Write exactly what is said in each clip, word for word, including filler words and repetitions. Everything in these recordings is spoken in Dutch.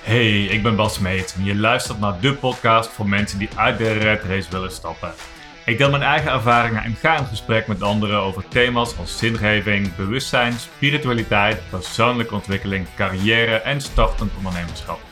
Hey, ik ben Bas Meet en je luistert naar de podcast voor mensen die uit de red race willen stappen. Ik deel mijn eigen ervaringen en ga in gesprek met anderen over thema's als zingeving, bewustzijn, spiritualiteit, persoonlijke ontwikkeling, carrière en startend ondernemerschap.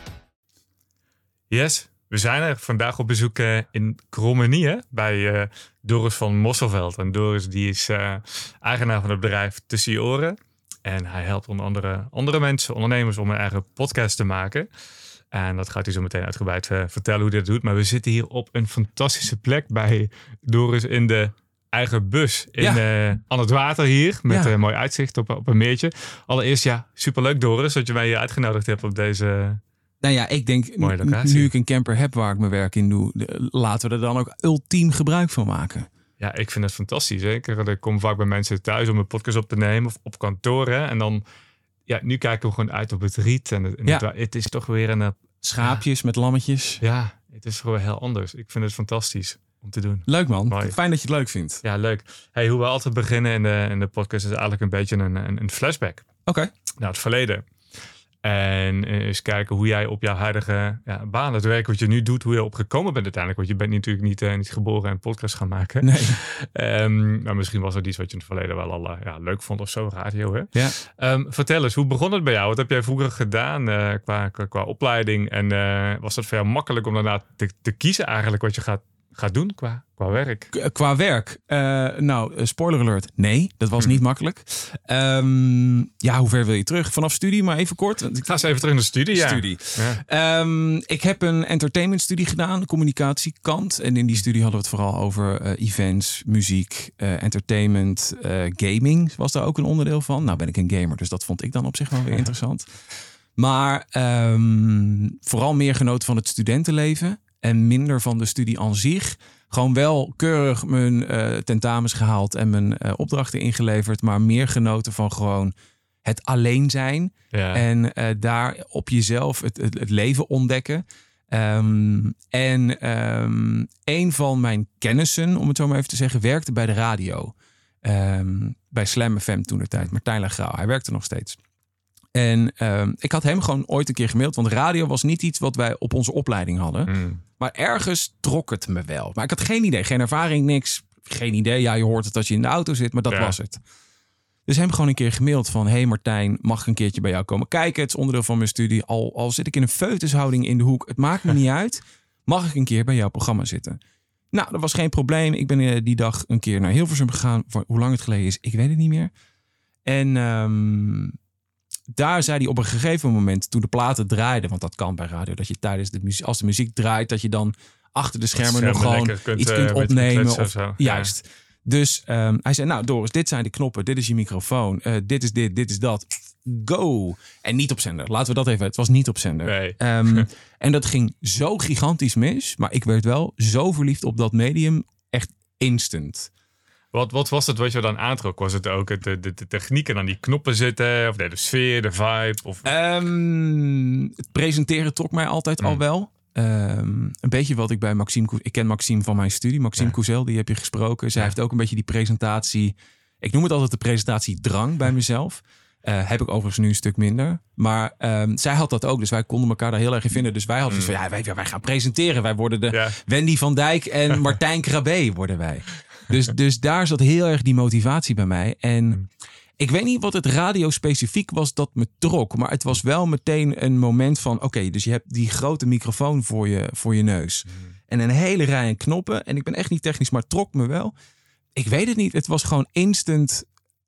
Yes, we zijn er vandaag op bezoek uh, in Krommenie bij uh, Doris van Mosselveld. En Doris die is uh, eigenaar van het bedrijf Tussen je Oren. En hij helpt onder andere andere mensen, ondernemers, om een eigen podcast te maken. En dat gaat hij zo meteen uitgebreid uh, vertellen hoe hij dat doet. Maar we zitten hier op een fantastische plek bij Doris in de eigen bus. In, ja. uh, aan het water hier, met ja. een mooi uitzicht op, op een meertje. Allereerst, ja, superleuk Doris, dat je mij hier uitgenodigd hebt op deze Nou ja, ik denk, n- nu ik een camper heb waar ik mijn werk in doe, de, laten we er dan ook ultiem gebruik van maken. Ja, ik vind het fantastisch. Zeker. Ik kom vaak bij mensen thuis om een podcast op te nemen of op kantoor. Hè? En dan, ja, nu kijken we gewoon uit op het riet. En het, en ja. het, het is toch weer een schaapjes ja. met lammetjes. Ja, het is gewoon heel anders. Ik vind het fantastisch om te doen. Leuk man. Mooi. Fijn dat je het leuk vindt. Ja, leuk. Hey, hoe we altijd beginnen in de, in de podcast is eigenlijk een beetje een, een, een flashback. Oké. Okay. Naar het verleden. En eens kijken hoe jij op jouw huidige ja, baan, het werk wat je nu doet, hoe je op gekomen bent uiteindelijk. Want je bent natuurlijk niet, uh, niet geboren en een podcast gaan maken. Nee. Um, maar misschien was dat iets wat je in het verleden wel al uh, ja, leuk vond of zo, radio. Hè? Ja. Um, vertel eens, hoe begon het bij jou? Wat heb jij vroeger gedaan uh, qua, qua, qua opleiding? En uh, was dat voor jou makkelijk om daarna te, te kiezen eigenlijk wat je gaat, gaat doen qua, qua werk? K- qua werk? Uh, nou, spoiler alert. Nee, dat was hm. niet makkelijk. Um, ja, hoe ver wil je terug? Vanaf studie, maar even kort. Ik ga eens even terug naar studie. Ja. studie. Ja. Um, ik heb een entertainmentstudie gedaan, de communicatiekant. En in die studie hadden we het vooral over uh, events, muziek, uh, entertainment, uh, gaming was daar ook een onderdeel van. Nou ben ik een gamer, dus dat vond ik dan op zich wel weer interessant. Maar um, vooral meer genoten van het studentenleven en minder van de studie aan zich. Gewoon wel keurig mijn uh, tentamens gehaald en mijn uh, opdrachten ingeleverd. Maar meer genoten van gewoon het alleen zijn. Ja. En uh, daar op jezelf het, het, het leven ontdekken. Um, en um, een van mijn kennissen, om het zo maar even te zeggen, werkte bij de radio. Um, bij Slam F M toen de tijd. Martijn Legrauw. Hij werkte nog steeds. En um, ik had hem gewoon ooit een keer gemaild. Want radio was niet iets wat wij op onze opleiding hadden. Mm. Maar ergens trok het me wel. Maar ik had geen idee. Geen ervaring, niks. Geen idee. Ja, je hoort het als je in de auto zit. Maar dat ja. was het. Dus hem gewoon een keer gemaild van... Hey Martijn, mag ik een keertje bij jou komen kijken? Het is onderdeel van mijn studie. Al, al zit ik in een foetushouding in de hoek. Het maakt me niet uit. Mag ik een keer bij jouw programma zitten? Nou, dat was geen probleem. Ik ben uh, die dag een keer naar Hilversum gegaan. Voor hoe lang het geleden is, ik weet het niet meer. En... Um, daar zei hij op een gegeven moment, toen de platen draaiden... want dat kan bij radio, dat je tijdens de muziek... als de muziek draait, dat je dan achter de schermen nog gewoon kunt, iets kunt uh, opnemen. Of, of juist. Ja. Dus um, hij zei, nou Doris, dit zijn de knoppen. Dit is je microfoon. Uh, dit is dit, dit is dat. Go. En niet op zender. Laten we dat even... Het was niet op zender. Nee. Um, en dat ging zo gigantisch mis. Maar ik werd wel zo verliefd op dat medium. Echt instant. Wat, wat was het wat je dan aantrok? Was het ook de, de, de techniek en aan die knoppen zitten? Of de, de sfeer, de vibe? Of... Um, het presenteren trok mij altijd mm. al wel. Um, een beetje wat ik bij Maxime... Ik ken Maxime van mijn studie. Maxime ja. Kouzel, die heb je gesproken. Zij ja. heeft ook een beetje die presentatie... Ik noem het altijd de presentatiedrang bij mezelf. Uh, heb ik overigens nu een stuk minder. Maar um, zij had dat ook. Dus wij konden elkaar daar heel erg in vinden. Dus wij hadden mm. dus van... Ja, wij, wij gaan presenteren. Wij worden de ja. Wendy van Dijk en Martijn Krabbe worden wij. Dus, dus daar zat heel erg die motivatie bij mij. En ik weet niet wat het radio specifiek was dat me trok. Maar het was wel meteen een moment van... Oké, okay, dus je hebt die grote microfoon voor je, voor je neus. Mm. En een hele rij aan knoppen. En ik ben echt niet technisch, maar het trok me wel. Ik weet het niet. Het was gewoon instant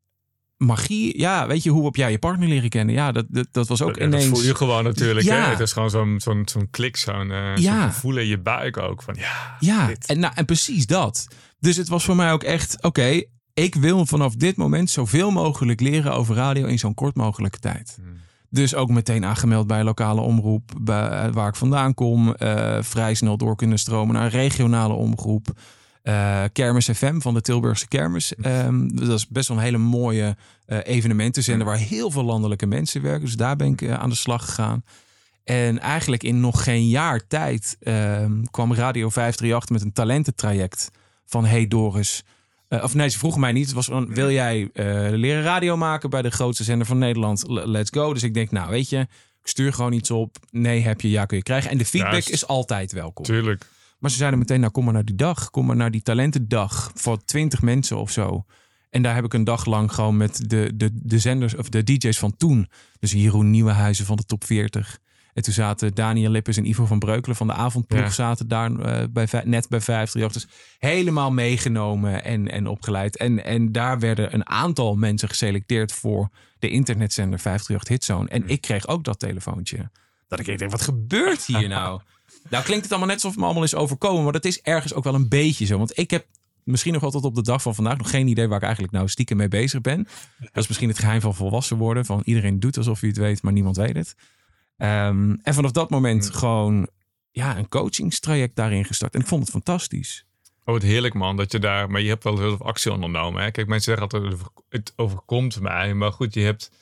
magie. Ja, weet je hoe op jij je partner leren kennen? Ja, dat, dat, dat was ook ja, ineens... Dat voel je gewoon natuurlijk. Ja. Hè? Het is gewoon zo'n, zo'n, zo'n klik, zo'n, uh, ja. zo'n gevoel in je buik ook. Van, ja, ja. En, nou, en precies dat. Dus het was voor mij ook echt... Oké, okay, ik wil vanaf dit moment zoveel mogelijk leren over radio in zo'n kort mogelijke tijd. Hmm. Dus ook meteen aangemeld bij een lokale omroep bij, waar ik vandaan kom. Uh, vrij snel door kunnen stromen naar een regionale omroep. Uh, Kermis F M van de Tilburgse Kermis. Um, dat is best wel een hele mooie uh, evenementenzender waar heel veel landelijke mensen werken. Dus daar ben ik uh, aan de slag gegaan. En eigenlijk in nog geen jaar tijd uh, kwam Radio vijf drie acht met een talententraject van Hey Doris. Uh, of nee, ze vroegen mij niet. Het was van, wil jij uh, leren radio maken bij de grootste zender van Nederland? Let's go. Dus ik denk, nou weet je, Ik stuur gewoon iets op. Nee, heb je, ja, kun je krijgen. En de feedback Juist. is altijd welkom. Tuurlijk. Maar ze zeiden meteen, nou kom maar naar die dag. Kom maar naar die talentendag voor twintig mensen of zo. En daar heb ik een dag lang gewoon met de, de, de zenders of de D J's van toen. Dus Jeroen Nieuwenhuizen van de Top veertig. En toen zaten Daniel Lippes en Ivo van Breukelen van de avondploeg. Ja. Zaten daar uh, bij, net bij vijftig. Dus helemaal meegenomen en, en opgeleid. En, en daar werden een aantal mensen geselecteerd voor de internetzender vijftig Hitzone. En ik kreeg ook dat telefoontje. Dat ik denk, wat gebeurt hier nou? Nou klinkt het allemaal net alsof het me allemaal is overkomen. Maar dat is ergens ook wel een beetje zo. Want ik heb misschien nog wel tot op de dag van vandaag nog geen idee waar ik eigenlijk nou stiekem mee bezig ben. Dat is misschien het geheim van volwassen worden. Van iedereen doet alsof je het weet, maar niemand weet het. Um, en vanaf dat moment hmm. gewoon ja, een coachingstraject daarin gestart. En ik vond het fantastisch. Oh, wat heerlijk man, dat je daar... Maar je hebt wel heel veel actie ondernomen. Hè? Kijk, mensen zeggen altijd, het overkomt mij. Maar goed, je hebt...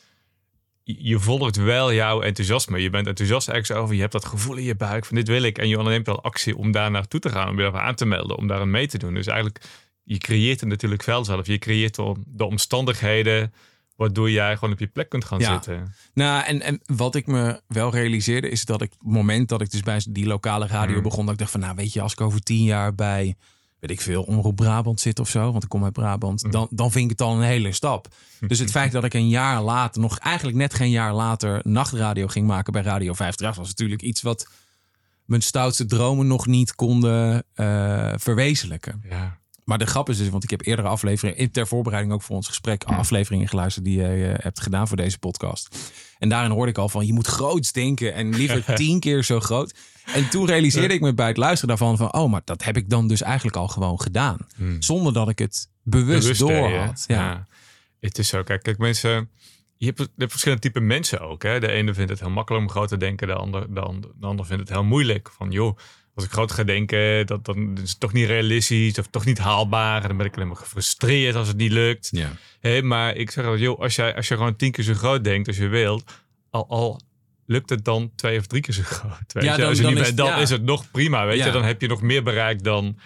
Je volgt wel jouw enthousiasme. Je bent enthousiast ergens over. Je hebt dat gevoel in je buik van dit wil ik. En je onderneemt wel actie om daar naartoe te gaan. Om je daarvoor aan te melden. Om daarin mee te doen. Dus eigenlijk, je creëert het natuurlijk wel zelf. Je creëert de omstandigheden waardoor jij gewoon op je plek kunt gaan ja. zitten. Nou, en, en wat ik me wel realiseerde is dat ik op het moment dat ik dus bij die lokale radio hmm. begon, dat ik dacht van, nou weet je, als ik over tien jaar bij, weet ik veel, Omroep Brabant zit of zo, want ik kom uit Brabant, hmm. dan, dan vind ik het al een hele stap. Dus het feit dat ik een jaar later, nog eigenlijk net geen jaar later, nachtradio ging maken bij Radio vijftig was natuurlijk iets wat mijn stoutste dromen nog niet konden uh, verwezenlijken. Ja. Maar de grap is dus, want ik heb eerdere afleveringen, ter voorbereiding ook voor ons gesprek, afleveringen geluisterd die je uh, hebt gedaan voor deze podcast. En daarin hoorde ik al van, je moet groots denken en liever tien keer zo groot. En toen realiseerde ik me bij het luisteren daarvan van, oh, maar dat heb ik dan dus eigenlijk al gewoon gedaan. Hmm. Zonder dat ik het bewust, bewust door had. Ja. ja, het is zo. Kijk, kijk mensen, je hebt, je hebt verschillende typen mensen ook. Hè? De ene vindt het heel makkelijk om groot te denken, de ander, de ander, de ander vindt het heel moeilijk. Van, joh, als ik groot ga denken, dat, dan is het toch niet realistisch of toch niet haalbaar. En dan ben ik alleen maar gefrustreerd als het niet lukt. Ja. Hey, maar ik zeg altijd, joh, als, jij, als je gewoon tien keer zo groot denkt als je wilt, al, al lukt het dan twee of drie keer zo groot. Weet ja, je? dan, als je dan, niet is, bent, dan ja. is het nog prima. Weet ja. je? Dan heb je nog meer bereikt dan,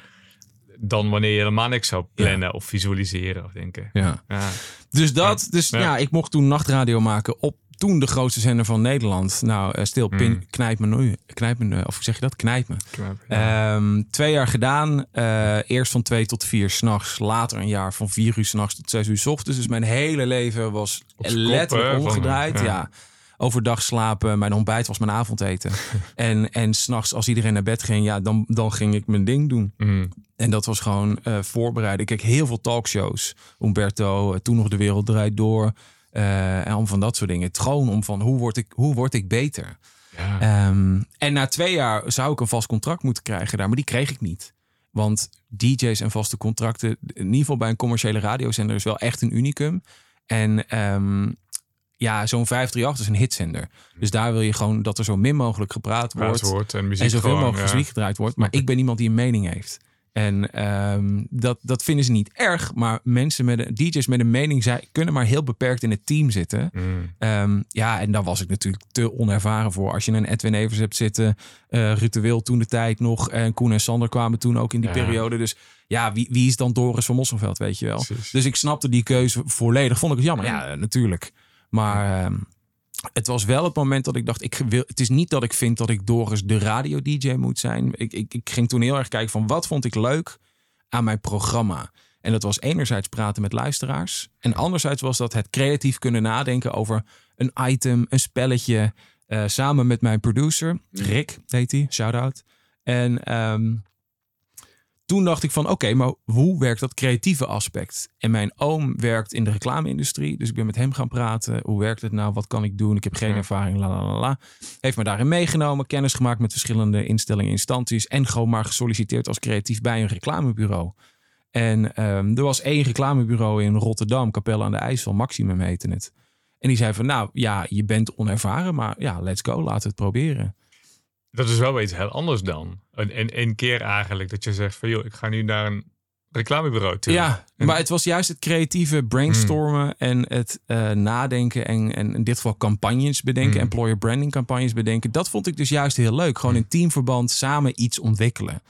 dan wanneer je helemaal niks zou plannen ja. of visualiseren of denken. Ja. Ja. Dus dat, dus ja. ja, ik mocht toen nachtradio maken op toen de grootste zender van Nederland. Nou, uh, stil, pin, mm. knijp me nu. Knijp me, uh, of zeg je dat? Knijp me. Knijp, ja. um, twee jaar gedaan. Uh, eerst van twee tot vier 's nachts. Later een jaar van vier uur 's nachts tot zes uur 's ochtends. Dus mijn hele leven was letterlijk kop, omgedraaid. Van, ja. ja. Overdag slapen. Mijn ontbijt was mijn avondeten. en en 's nachts als iedereen naar bed ging, ja, dan, dan ging ik mijn ding doen. Mm. En dat was gewoon uh, voorbereiden. Ik keek heel veel talkshows. Umberto, uh, toen nog De Wereld Draait Door. Uh, en om van dat soort dingen. Het gewoon om van hoe word ik, hoe word ik beter? Ja. Um, en na twee jaar zou ik een vast contract moeten krijgen daar. Maar die kreeg ik niet. Want D J's en vaste contracten, in ieder geval bij een commerciële radiozender, is wel echt een unicum. En um, ja, zo'n vijf drie acht is een hitzender. Dus daar wil je gewoon dat er zo min mogelijk gepraat wordt. wordt en, muziek en zoveel gewoon, mogelijk ja. muziek gedraaid wordt. Maar ik ben iemand die een mening heeft. En um, dat, dat vinden ze niet erg. Maar mensen met een, D J's met een mening zij, kunnen maar heel beperkt in het team zitten. Mm. Um, ja, en daar was ik natuurlijk te onervaren voor. Als je een Edwin Evers hebt zitten. Uh, Ruud de Wild toen de tijd nog. En Koen en Sander kwamen toen ook in die ja. periode. Dus ja, wie, wie is dan Doris van Mosselveld, weet je wel. Precies. Dus ik snapte die keuze volledig. Vond ik het jammer. Ja, natuurlijk. Maar um, het was wel het moment dat ik dacht, ik wil, het is niet dat ik vind dat ik Doris de radio-D J moet zijn. Ik, ik, ik ging toen heel erg kijken van wat vond ik leuk aan mijn programma. En dat was enerzijds praten met luisteraars. En anderzijds was dat het creatief kunnen nadenken over een item, een spelletje. Uh, samen met mijn producer, Rick heet hij, shout-out. En um, toen dacht ik van oké, okay, maar hoe werkt dat creatieve aspect? En mijn oom werkt in de reclame-industrie. Dus ik ben met hem gaan praten. Hoe werkt het nou? Wat kan ik doen? Ik heb geen ervaring. La, la, la, la. Heeft me daarin meegenomen. Kennis gemaakt met verschillende instellingen, instanties. En gewoon maar gesolliciteerd als creatief bij een reclamebureau. En um, er was één reclamebureau in Rotterdam. Capelle aan de IJssel. Maximum heette het. En die zei van nou ja, je bent onervaren. Maar ja, let's go. Laten we het proberen. Dat is wel iets heel anders dan. En, en een keer eigenlijk dat je zegt van joh, ik ga nu naar een reclamebureau toe. Ja, en... maar het was juist het creatieve brainstormen mm. en het uh, nadenken en, en in dit geval campagnes bedenken, mm. employer branding campagnes bedenken. Dat vond ik dus juist heel leuk. Gewoon mm. in teamverband samen iets ontwikkelen. Mm.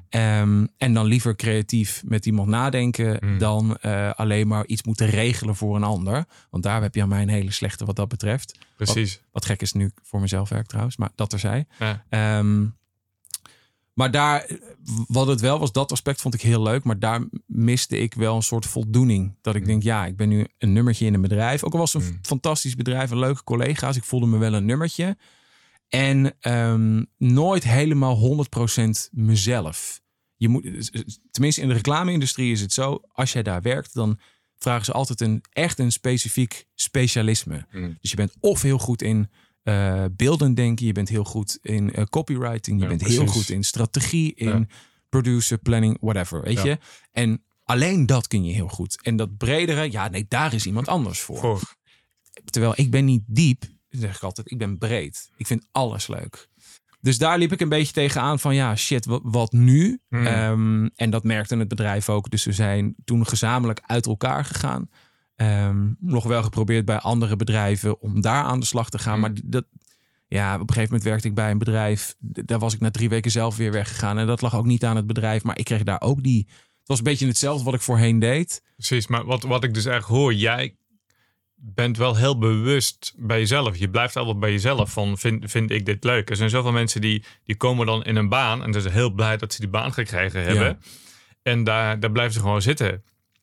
Um, en dan liever creatief met iemand nadenken mm. dan uh, alleen maar iets moeten regelen voor een ander. Want daar heb je aan mij een hele slechte wat dat betreft. Precies. Wat, wat gek is nu voor mezelf werk trouwens, maar dat terzij. Ja. Um, maar daar, wat het wel was, dat aspect vond ik heel leuk. Maar daar miste ik wel een soort voldoening. Dat ik mm. denk, ja, ik ben nu een nummertje in een bedrijf. Ook al was het een mm. fantastisch bedrijf, een leuke collega's. Ik voelde me wel een nummertje. En um, nooit helemaal honderd procent mezelf. Je moet, tenminste in de reclame-industrie is het zo. Als jij daar werkt, dan vragen ze altijd een echt een specifiek specialisme. Mm. Dus je bent of heel goed in uh, beelden denken. Je bent heel goed in uh, copywriting. Je ja, bent precies. heel goed in strategie. In ja. producer, planning, whatever. Weet ja. je? En alleen dat kun je heel goed. En dat bredere, ja nee, daar is iemand anders voor. voor. Terwijl ik ben niet diep. Zeg ik altijd, ik ben breed. Ik vind alles leuk. Dus daar liep ik een beetje tegenaan van ja, shit, wat, wat nu? Hmm. Um, en dat merkte het bedrijf ook. Dus we zijn toen gezamenlijk uit elkaar gegaan. Um, nog wel geprobeerd bij andere bedrijven om daar aan de slag te gaan. Hmm. Maar dat, ja, op een gegeven moment werkte ik bij een bedrijf. Daar was ik na drie weken zelf weer weggegaan. En dat lag ook niet aan het bedrijf. Maar ik kreeg daar ook die... Het was een beetje hetzelfde wat ik voorheen deed. Precies, maar wat, wat ik dus echt hoor, jij... bent wel heel bewust bij jezelf. Je blijft altijd bij jezelf van, vind, vind ik dit leuk? Er zijn zoveel mensen die, die komen dan in een baan en ze zijn heel blij dat ze die baan gekregen hebben. Ja. En daar, daar blijven ze gewoon zitten.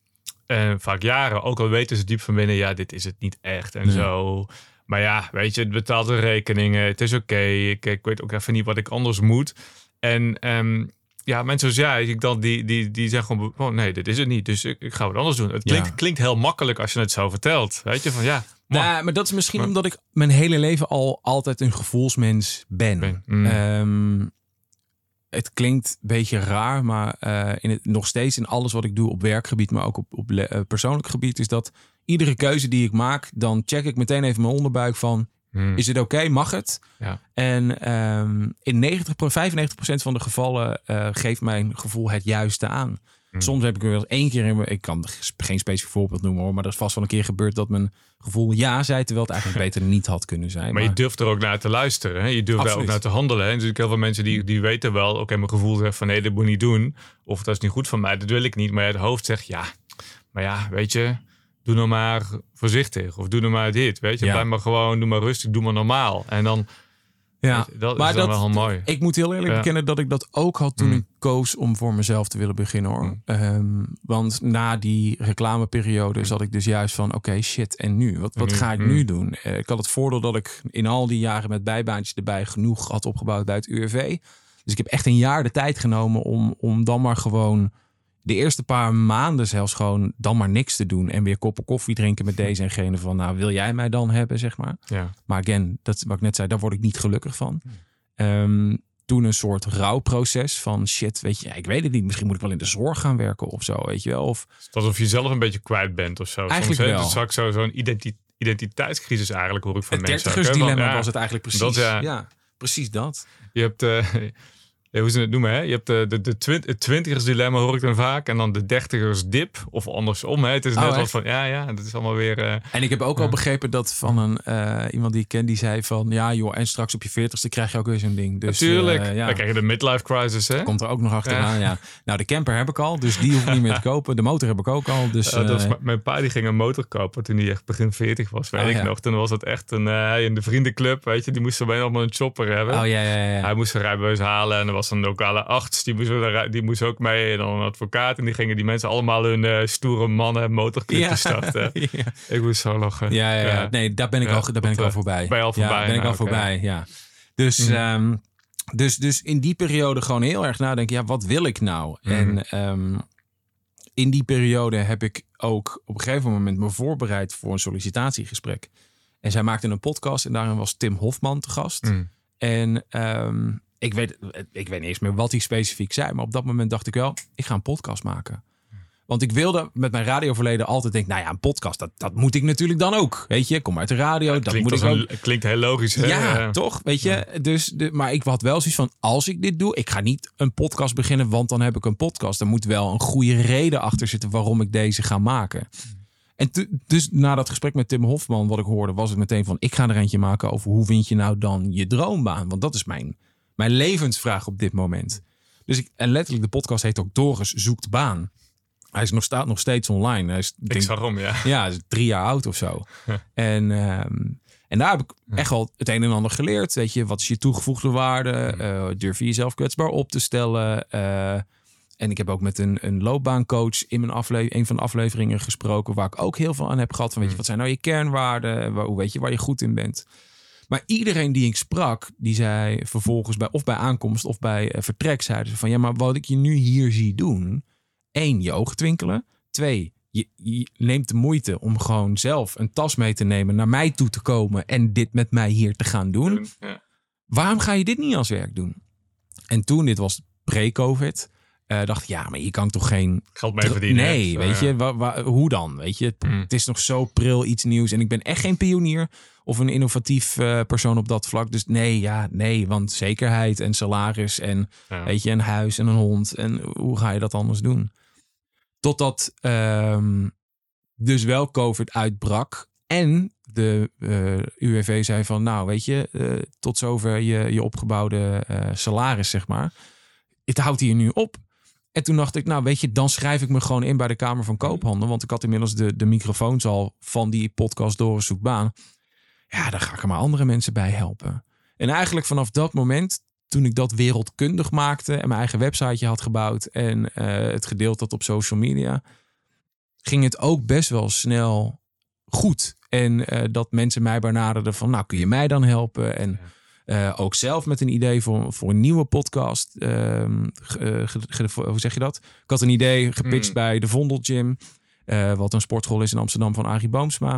En vaak jaren, ook al weten ze diep van binnen, ja, dit is het niet echt en nee. zo. Maar ja, weet je, het betaalt de rekeningen, het is oké. Okay. Ik, ik weet ook even niet wat ik anders moet. En... Um, ja, mensen zoals jij, ik dan, die, die, die zeggen gewoon, oh, nee, dit is het niet. Dus ik, ik ga wat anders doen. Het klinkt, ja. klinkt heel makkelijk als je het zo vertelt. Weet je, van ja. Nou, maar dat is misschien maar, omdat ik mijn hele leven al altijd een gevoelsmens ben. ben. Mm. Um, het klinkt een beetje raar, maar uh, in het, nog steeds in alles wat ik doe op werkgebied, maar ook op, op uh, persoonlijk gebied, is dat iedere keuze die ik maak, dan check ik meteen even mijn onderbuik van, Hmm. is het oké? Okay? Mag het? Ja. En um, in negentig, vijfennegentig procent van de gevallen uh, geeft mijn gevoel het juiste aan. Hmm. Soms heb ik wel eens één keer in mijn... Ik kan geen specifiek voorbeeld noemen hoor, maar er is vast wel een keer gebeurd dat mijn gevoel ja zei, terwijl het eigenlijk beter niet had kunnen zijn. Maar, maar... je durft er ook naar te luisteren. Hè? Je durft Absoluut. daar ook naar te handelen. Hè? En dus heel veel mensen die, die weten wel, oké, okay, mijn gevoel zegt van nee, dat moet je niet doen. Of dat is niet goed van mij, dat wil ik niet. Maar het hoofd zegt ja, maar ja, weet je... Doe nou maar voorzichtig. Of doe nou maar dit. Weet je, ja. Blijf maar gewoon, doe maar rustig, doe maar normaal. En dan, ja. dat maar is dan dat, wel mooi. Ik moet heel eerlijk ja. bekennen dat ik dat ook had toen mm. ik koos om voor mezelf te willen beginnen hoor. Mm. Um, want na die reclameperiode mm. zat ik dus juist van, oké, okay, shit, en nu? Wat, wat ga ik mm. nu doen? Uh, ik had het voordeel dat ik in al die jaren met bijbaantjes erbij genoeg had opgebouwd bij het U W V. Dus ik heb echt een jaar de tijd genomen om, om dan maar gewoon... de eerste paar maanden zelfs gewoon dan maar niks te doen. En weer koppen koffie drinken met deze en gene van... nou, wil jij mij dan hebben, zeg maar. Ja. Maar again, dat wat ik net zei, daar word ik niet gelukkig van. Um, toen een soort rouwproces van shit, weet je... Ja, ik weet het niet, misschien moet ik wel in de zorg gaan werken of zo, weet je wel. Of... alsof je zelf een beetje kwijt bent of zo. Eigenlijk Soms, wel. Het is straks zo, zo'n identi- identiteitscrisis eigenlijk, hoor ik van het mensen. Het dertigersdilemma ja. was het eigenlijk precies. Dat, ja. ja, precies dat. Je hebt... Uh, Ja, hoe ze het noemen, hè? Je hebt de, de, de twint, het twintigersdilemma, hoor ik dan vaak. En dan de dertigersdip. Of andersom, hè? Het is net oh, wat van, ja, ja, dat is allemaal weer... Uh, en ik heb ook ja. al begrepen dat van een uh, iemand die ik ken, die zei van... ja, joh, en straks op je veertigste krijg je ook weer zo'n ding. Dus, Natuurlijk. Uh, ja. Dan krijg je de midlife crisis, hè? Komt er ook nog achteraan, ja. ja. Nou, de camper heb ik al, dus die hoef ik niet meer te kopen. De motor heb ik ook al, dus... Uh, uh, dat was, mijn pa die ging een motor kopen toen hij echt begin veertig was, weet oh, ik ja. nog. Toen was het echt een... Uh, in de vriendenclub, weet je, die moest bijna allemaal een chopper hebben. Oh, ja, ja, ja. Hij moest zijn rijbewijs halen en er was een lokale arts. Die moest, die moest ook mee en dan een advocaat. En die gingen die mensen allemaal hun uh, stoere mannen motorclub ja. starten. ja. Ik moest zo lachen. Ja, ja, ja. Nee, daar ben ik, ja, al, daar ben ik al voorbij. Ben je al voorbij? Ja, ben ik nou, al okay. voorbij, ja. Dus, mm. um, dus, dus in die periode gewoon heel erg nadenken. Ja, wat wil ik nou? Mm. En um, in die periode heb ik ook op een gegeven moment me voorbereid voor een sollicitatiegesprek. En zij maakte een podcast en daarin was Tim Hofman te gast. Mm. En... Um, Ik weet, ik weet niet eens meer wat hij specifiek zei. Maar op dat moment dacht ik wel, ik ga een podcast maken. Want ik wilde met mijn radioverleden altijd denken... nou ja, een podcast, dat, dat moet ik natuurlijk dan ook. Weet je, ik kom uit de radio. Ja, dat moet ik ook. Een, klinkt heel logisch. Hè? Ja, ja, toch? Weet je, ja. dus de, maar ik had wel zoiets van... als ik dit doe, ik ga niet een podcast beginnen... want dan heb ik een podcast. Er moet wel een goede reden achter zitten... waarom ik deze ga maken. En te, dus na dat gesprek met Tim Hofman... wat ik hoorde, was het meteen van... ik ga er eentje maken over hoe vind je nou dan je droombaan? Want dat is mijn... Mijn levensvraag op dit moment. Dus ik, en letterlijk, de podcast heet ook Doris zoekt baan. Hij is nog, staat nog steeds online. Hij is, Ik denk, zag hem, ja. ja, hij is drie jaar oud of zo. en, um, en daar heb ik echt wel het een en ander geleerd. Weet je, wat is je toegevoegde waarde? Uh, durf je jezelf kwetsbaar op te stellen? Uh, en ik heb ook met een, een loopbaancoach in mijn afle- een van de afleveringen gesproken, waar ik ook heel veel aan heb gehad. Van, weet je, wat zijn nou je kernwaarden? Waar, hoe weet je waar je goed in bent? Maar iedereen die ik sprak, die zei vervolgens bij of bij aankomst of bij uh, vertrek, zeiden ze van ja, maar wat ik je nu hier zie doen, één, je ogen twinkelen. Twee, je, je neemt de moeite om gewoon zelf een tas mee te nemen, naar mij toe te komen en dit met mij hier te gaan doen. Ja. Waarom ga je dit niet als werk doen? En toen, dit was pre-COVID, uh, dacht ik, ja, maar je kan toch geen geld mee verdienen. Nee, Zo, weet ja. je, wa, wa, hoe dan? Weet je, Mm. het is nog zo pril iets nieuws en ik ben echt geen pionier of een innovatief uh, persoon op dat vlak. Dus nee, ja, nee, want zekerheid en salaris en Ja. weet je, een huis en een hond en hoe ga je dat anders doen? Totdat um, dus wel COVID uitbrak en de uh, U W V zei van, nou weet je, uh, tot zover je, je opgebouwde uh, salaris, zeg maar. Het houdt hier nu op. En toen dacht ik, nou weet je, dan schrijf ik me gewoon in bij de Kamer van Koophandel. Want ik had inmiddels de, de microfoons al van die podcast Doris zoekt baan. Ja, daar ga ik er maar andere mensen bij helpen. En eigenlijk vanaf dat moment, toen ik dat wereldkundig maakte en mijn eigen websiteje had gebouwd en uh, het gedeeld had op social media, ging het ook best wel snel goed. En uh, dat mensen mij benaderden van, nou kun je mij dan helpen? En uh, ook zelf met een idee voor, voor een nieuwe podcast. Uh, ge, ge, ge, hoe zeg je dat? Ik had een idee gepitcht mm. bij de Vondel Gym, uh, wat een sportschool is in Amsterdam van Arie Boomsma.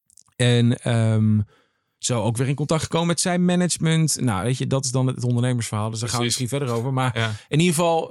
En um, zo ook weer in contact gekomen met zijn management. Nou, weet je, dat is dan het ondernemersverhaal. Dus daar gaan we misschien verder over. Maar ja. in ieder geval,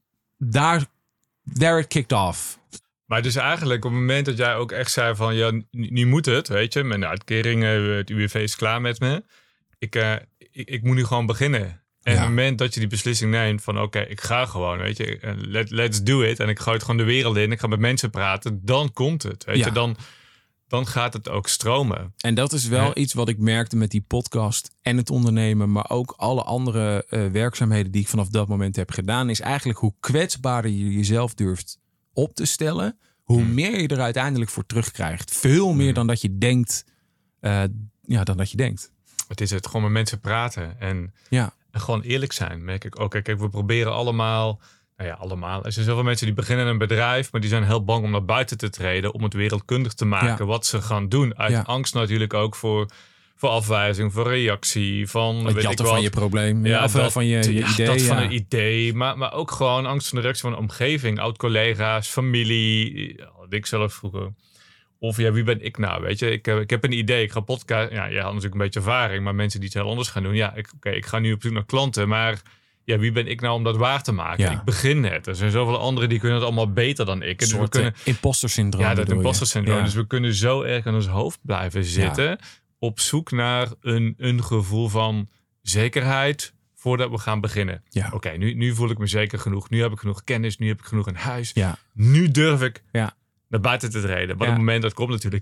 daar, there it kicked off. Maar dus eigenlijk op het moment dat jij ook echt zei van, ja, nu moet het, weet je. Mijn uitkering, het U W V is klaar met me. Ik, uh, ik, ik moet nu gewoon beginnen. En ja. op het moment dat je die beslissing neemt van, oké, okay, ik ga gewoon, weet je. Let, let's do it. En ik gooi het gewoon de wereld in. Ik ga met mensen praten. Dan komt het, weet ja. je. Dan... dan gaat het ook stromen. En dat is wel ja. iets wat ik merkte met die podcast en het ondernemen, maar ook alle andere uh, werkzaamheden die ik vanaf dat moment heb gedaan, is eigenlijk hoe kwetsbaarder je jezelf durft op te stellen, hoe hmm. meer je er uiteindelijk voor terugkrijgt. Veel meer hmm. dan dat je denkt, uh, ja, dan dat je denkt. Het is het, gewoon met mensen praten en, ja. en gewoon eerlijk zijn, merk ik ook. Kijk, we proberen allemaal... Nou ja, allemaal. Er zijn zoveel mensen die beginnen een bedrijf, maar die zijn heel bang om naar buiten te treden, om het wereldkundig te maken, ja. wat ze gaan doen. Uit ja. angst natuurlijk ook voor, voor afwijzing, voor reactie, van... Het jatten van je probleem, ja, of wel van je, je ja, idee. Dat ja. van een idee, maar, maar ook gewoon angst van de reactie van de omgeving, oud-collega's, familie, ik zelf vroeger. Of ja, wie ben ik nou, weet je? Ik, ik heb een idee, ik ga podcast... Ja, je had natuurlijk een beetje ervaring, maar mensen die het heel anders gaan doen. Ja, oké, okay, ik ga nu op zoek naar klanten, maar... Ja, wie ben ik nou om dat waar te maken? Ja. Ik begin net. Er zijn zoveel anderen die kunnen het allemaal beter dan ik. Dus we kunnen imposter syndroom. Ja, dat imposter syndroom. Ja. Dus we kunnen zo erg in ons hoofd blijven zitten. Ja. Op zoek naar een, een gevoel van zekerheid voordat we gaan beginnen. Ja. Oké, okay, nu, nu voel ik me zeker genoeg. Nu heb ik genoeg kennis. Nu heb ik genoeg een huis. Ja. Nu durf ik ja. naar buiten te treden. Maar ja. op het moment dat komt natuurlijk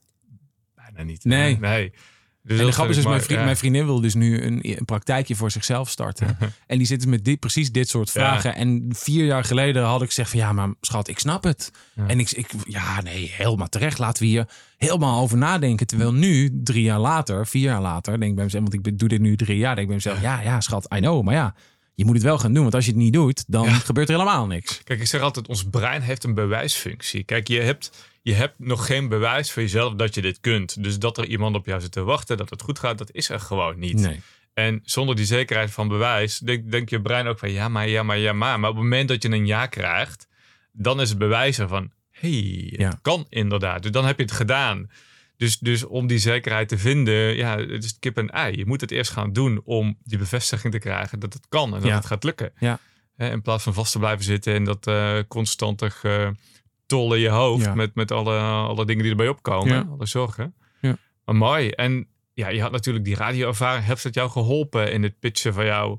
bijna niet. Nee. Nee. Dus en de grap is dus, maar, mijn, vriend, ja. mijn vriendin wil dus nu een, een praktijkje voor zichzelf starten. En die zitten met dit, precies dit soort vragen. Ja. En vier jaar geleden had ik gezegd van ja, maar schat, ik snap het. Ja. En ik, ik, ja, nee, helemaal terecht. Laten we hier helemaal over nadenken. Terwijl nu, drie jaar later, vier jaar later, denk ik bij mezelf, want ik doe dit nu drie jaar, denk ik bij mezelf, ja, ja, schat, I know, maar ja. Je moet het wel gaan doen, want als je het niet doet, dan ja. gebeurt er helemaal niks. Kijk, ik zeg altijd, ons brein heeft een bewijsfunctie. Kijk, je hebt, je hebt nog geen bewijs voor jezelf dat je dit kunt. Dus dat er iemand op jou zit te wachten, dat het goed gaat, dat is er gewoon niet. Nee. En zonder die zekerheid van bewijs, denk, denk je brein ook van ja, maar, ja, maar, ja, maar. Maar op het moment dat je een ja krijgt, dan is het bewijzen van, hé, hey, het ja. kan inderdaad. Dus dan heb je het gedaan. Dus, dus om die zekerheid te vinden, ja, het is kip en ei. Je moet het eerst gaan doen om die bevestiging te krijgen dat het kan en dat ja. het gaat lukken. Ja. In plaats van vast te blijven zitten en dat uh, constantig uh, tol in je hoofd ja. met, met alle, alle dingen die erbij opkomen. Ja. Alle zorgen. Ja. Maar mooi. En ja, je had natuurlijk die radioervaring. Heeft het jou geholpen in het pitchen van jouw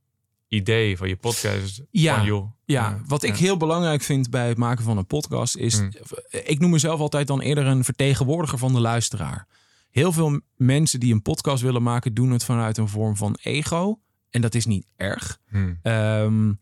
idee, van je podcast? Ja, van, joh, ja. Uh, wat ja. ik heel belangrijk vind bij het maken van een podcast is... Mm. Ik noem mezelf altijd dan eerder een vertegenwoordiger van de luisteraar. Heel veel mensen die een podcast willen maken, doen het vanuit een vorm van ego. En dat is niet erg. Mm. Um,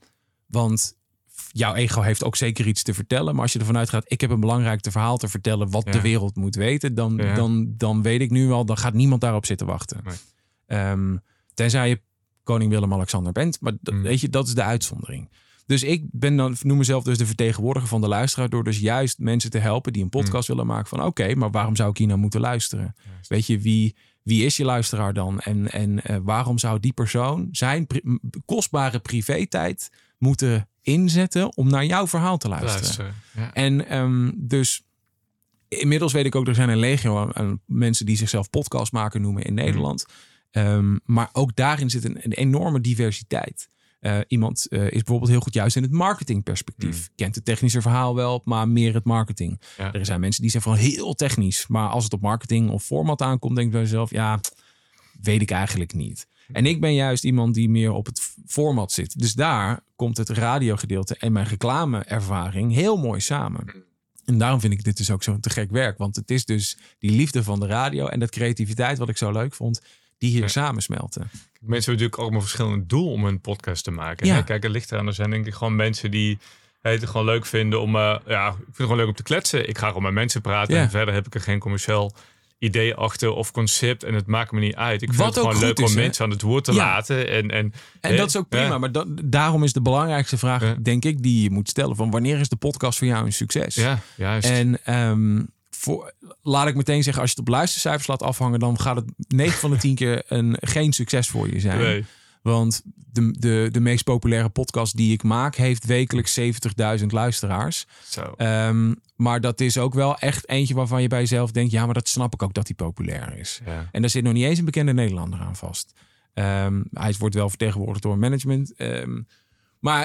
Want jouw ego heeft ook zeker iets te vertellen. Maar als je ervan uitgaat, ik heb een belangrijk verhaal te vertellen wat ja. de wereld moet weten. Dan, ja. dan, dan weet ik nu al, dan gaat niemand daarop zitten wachten. Nee. Um, tenzij je koning Willem-Alexander bent. Maar dat, mm. weet je, dat is de uitzondering. Dus ik ben dan, noem mezelf dus de vertegenwoordiger van de luisteraar. Door dus juist mensen te helpen die een podcast mm. willen maken. Van oké, okay, maar waarom zou ik hier nou moeten luisteren? Juist. Weet je, wie, wie is je luisteraar dan? En, en uh, waarom zou die persoon zijn pri- kostbare privé-tijd moeten inzetten om naar jouw verhaal te luisteren? luisteren ja. En um, dus inmiddels weet ik ook, er zijn een legio aan mensen die zichzelf podcastmaker noemen in Nederland. Mm. Um, maar ook daarin zit een, een enorme diversiteit. Uh, iemand uh, is bijvoorbeeld heel goed juist in het marketingperspectief. Mm. Kent het technische verhaal wel, maar meer het marketing. Ja. Er zijn mensen die zijn vooral heel technisch. Maar als het op marketing of format aankomt, denk ik bij mezelf, ja, weet ik eigenlijk niet. En ik ben juist iemand die meer op het format zit. Dus daar komt het radiogedeelte en mijn reclameervaring heel mooi samen. En daarom vind ik dit dus ook zo'n te gek werk. Want het is dus die liefde van de radio en dat creativiteit wat ik zo leuk vond, die hier ja. samensmelten. Mensen hebben natuurlijk ook een verschillend doel om een podcast te maken. Ja. Kijk, het ligt eraan. Er zijn denk ik gewoon mensen die het gewoon leuk vinden om, uh, ja, ik vind het gewoon leuk om te kletsen. Ik ga gewoon met mensen praten ja. en verder heb ik er geen commercieel idee achter of concept en het maakt me niet uit. Ik vind Wat het gewoon leuk is, om hè? mensen aan het woord te ja. laten. En, en, en dat is ook prima. Ja. Maar dat, daarom is de belangrijkste vraag, ja. denk ik, die je moet stellen. Van wanneer is de podcast voor jou een succes? Ja, juist. En um, voor, laat ik meteen zeggen, als je het op luistercijfers laat afhangen, dan gaat het negen van de tien keer een, geen succes voor je zijn. Nee. Want de, de, de meest populaire podcast die ik maak heeft wekelijks zeventigduizend luisteraars. Zo. Um, maar dat is ook wel echt eentje waarvan je bij jezelf denkt, ja, maar dat snap ik ook dat die populair is. Ja. En daar zit nog niet eens een bekende Nederlander aan vast. Um, hij wordt wel vertegenwoordigd door management. Um, maar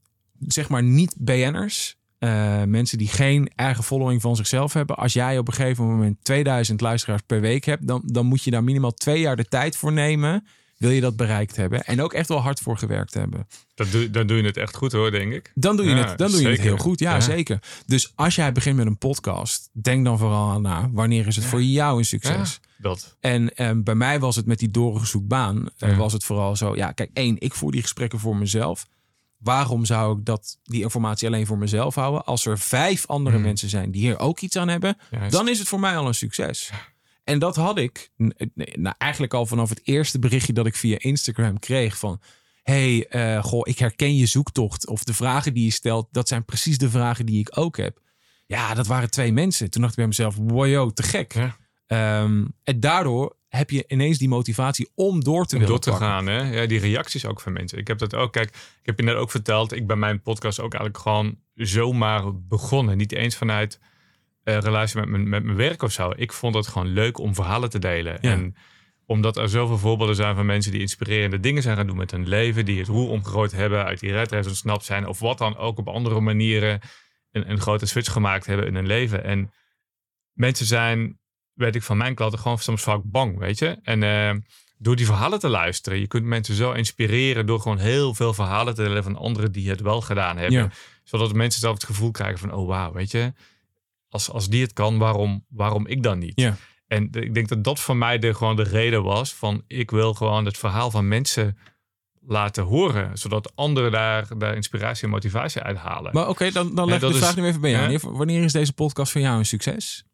zeg maar niet B N'ers. Uh, mensen die geen eigen following van zichzelf hebben. Als jij op een gegeven moment tweeduizend luisteraars per week hebt, dan, dan moet je daar minimaal twee jaar de tijd voor nemen. Wil je dat bereikt hebben? En ook echt wel hard voor gewerkt hebben. Dat doe, dan doe je het echt goed hoor, denk ik. Dan doe je, ja, het, dan doe je het heel goed. Ja, ja, zeker. Dus als jij begint met een podcast, denk dan vooral aan na. Wanneer is het ja. voor jou een succes? Ja, dat. En um, bij mij was het met die doorgezoek baan. Ja. Uh, was het vooral zo. Ja, kijk, één, ik voer die gesprekken voor mezelf. Waarom zou ik dat, die informatie alleen voor mezelf houden? Als er vijf andere hmm. mensen zijn die hier ook iets aan hebben, Juist. dan is het voor mij al een succes. Ja. En dat had ik nou, eigenlijk al vanaf het eerste berichtje dat ik via Instagram kreeg van, hey, uh, goh, ik herken je zoektocht. Of de vragen die je stelt, dat zijn precies de vragen die ik ook heb. Ja, dat waren twee mensen. Toen dacht ik bij mezelf, wow, te gek. Ja. Um, en daardoor heb je ineens die motivatie om door te om willen door te pakken. gaan. Hè? Ja, die reacties ook van mensen. Ik heb dat ook, kijk, ik heb je net ook verteld, ik ben mijn podcast ook eigenlijk gewoon zomaar begonnen. Niet eens vanuit Uh, relatie met mijn, met mijn werk of zo. Ik vond het gewoon leuk om verhalen te delen. Ja. En omdat er zoveel voorbeelden zijn van mensen die inspirerende dingen zijn gaan doen met hun leven, die het roer omgegooid hebben, uit die red race ontsnapt zijn, of wat dan ook op andere manieren een, een grote switch gemaakt hebben in hun leven. En mensen zijn, weet ik van mijn klanten, gewoon soms vaak bang, weet je. En uh, door die verhalen te luisteren, je kunt mensen zo inspireren door gewoon heel veel verhalen te delen van anderen die het wel gedaan hebben. Ja. Zodat mensen zelf het gevoel krijgen van, oh wauw, weet je, Als, als die het kan, waarom, waarom ik dan niet? Ja. En de, ik denk dat dat voor mij de, gewoon de reden was van, ik wil gewoon het verhaal van mensen laten horen, zodat anderen daar, daar inspiratie en motivatie uithalen. Maar oké, okay, dan, dan leg ik de vraag is, nu even bij jou. Ja? Wanneer is deze podcast voor jou een succes?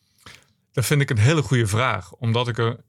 Dat vind ik een hele goede vraag, omdat ik er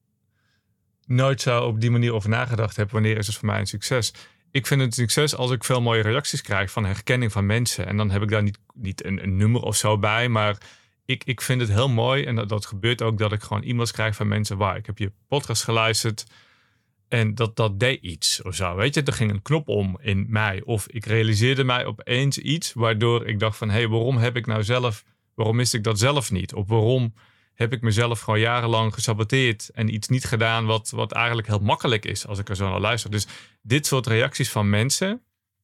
nooit zo op die manier over nagedacht heb. Wanneer is het voor mij een succes? Ik vind het een succes als ik veel mooie reacties krijg van herkenning van mensen. En dan heb ik daar niet, niet een, een nummer of zo bij. Maar ik, ik vind het heel mooi. En dat, dat gebeurt ook dat ik gewoon e-mails krijg van mensen. Waar ik heb je podcast geluisterd. En dat, dat deed iets of zo. Weet je, er ging een knop om in mij. Of ik realiseerde mij opeens iets. Waardoor ik dacht van, hé, hey, waarom heb ik nou zelf, waarom wist ik dat zelf niet? Of waarom heb ik mezelf gewoon jarenlang gesaboteerd en iets niet gedaan wat, wat eigenlijk heel makkelijk is als ik er zo naar luister. Dus dit soort reacties van mensen,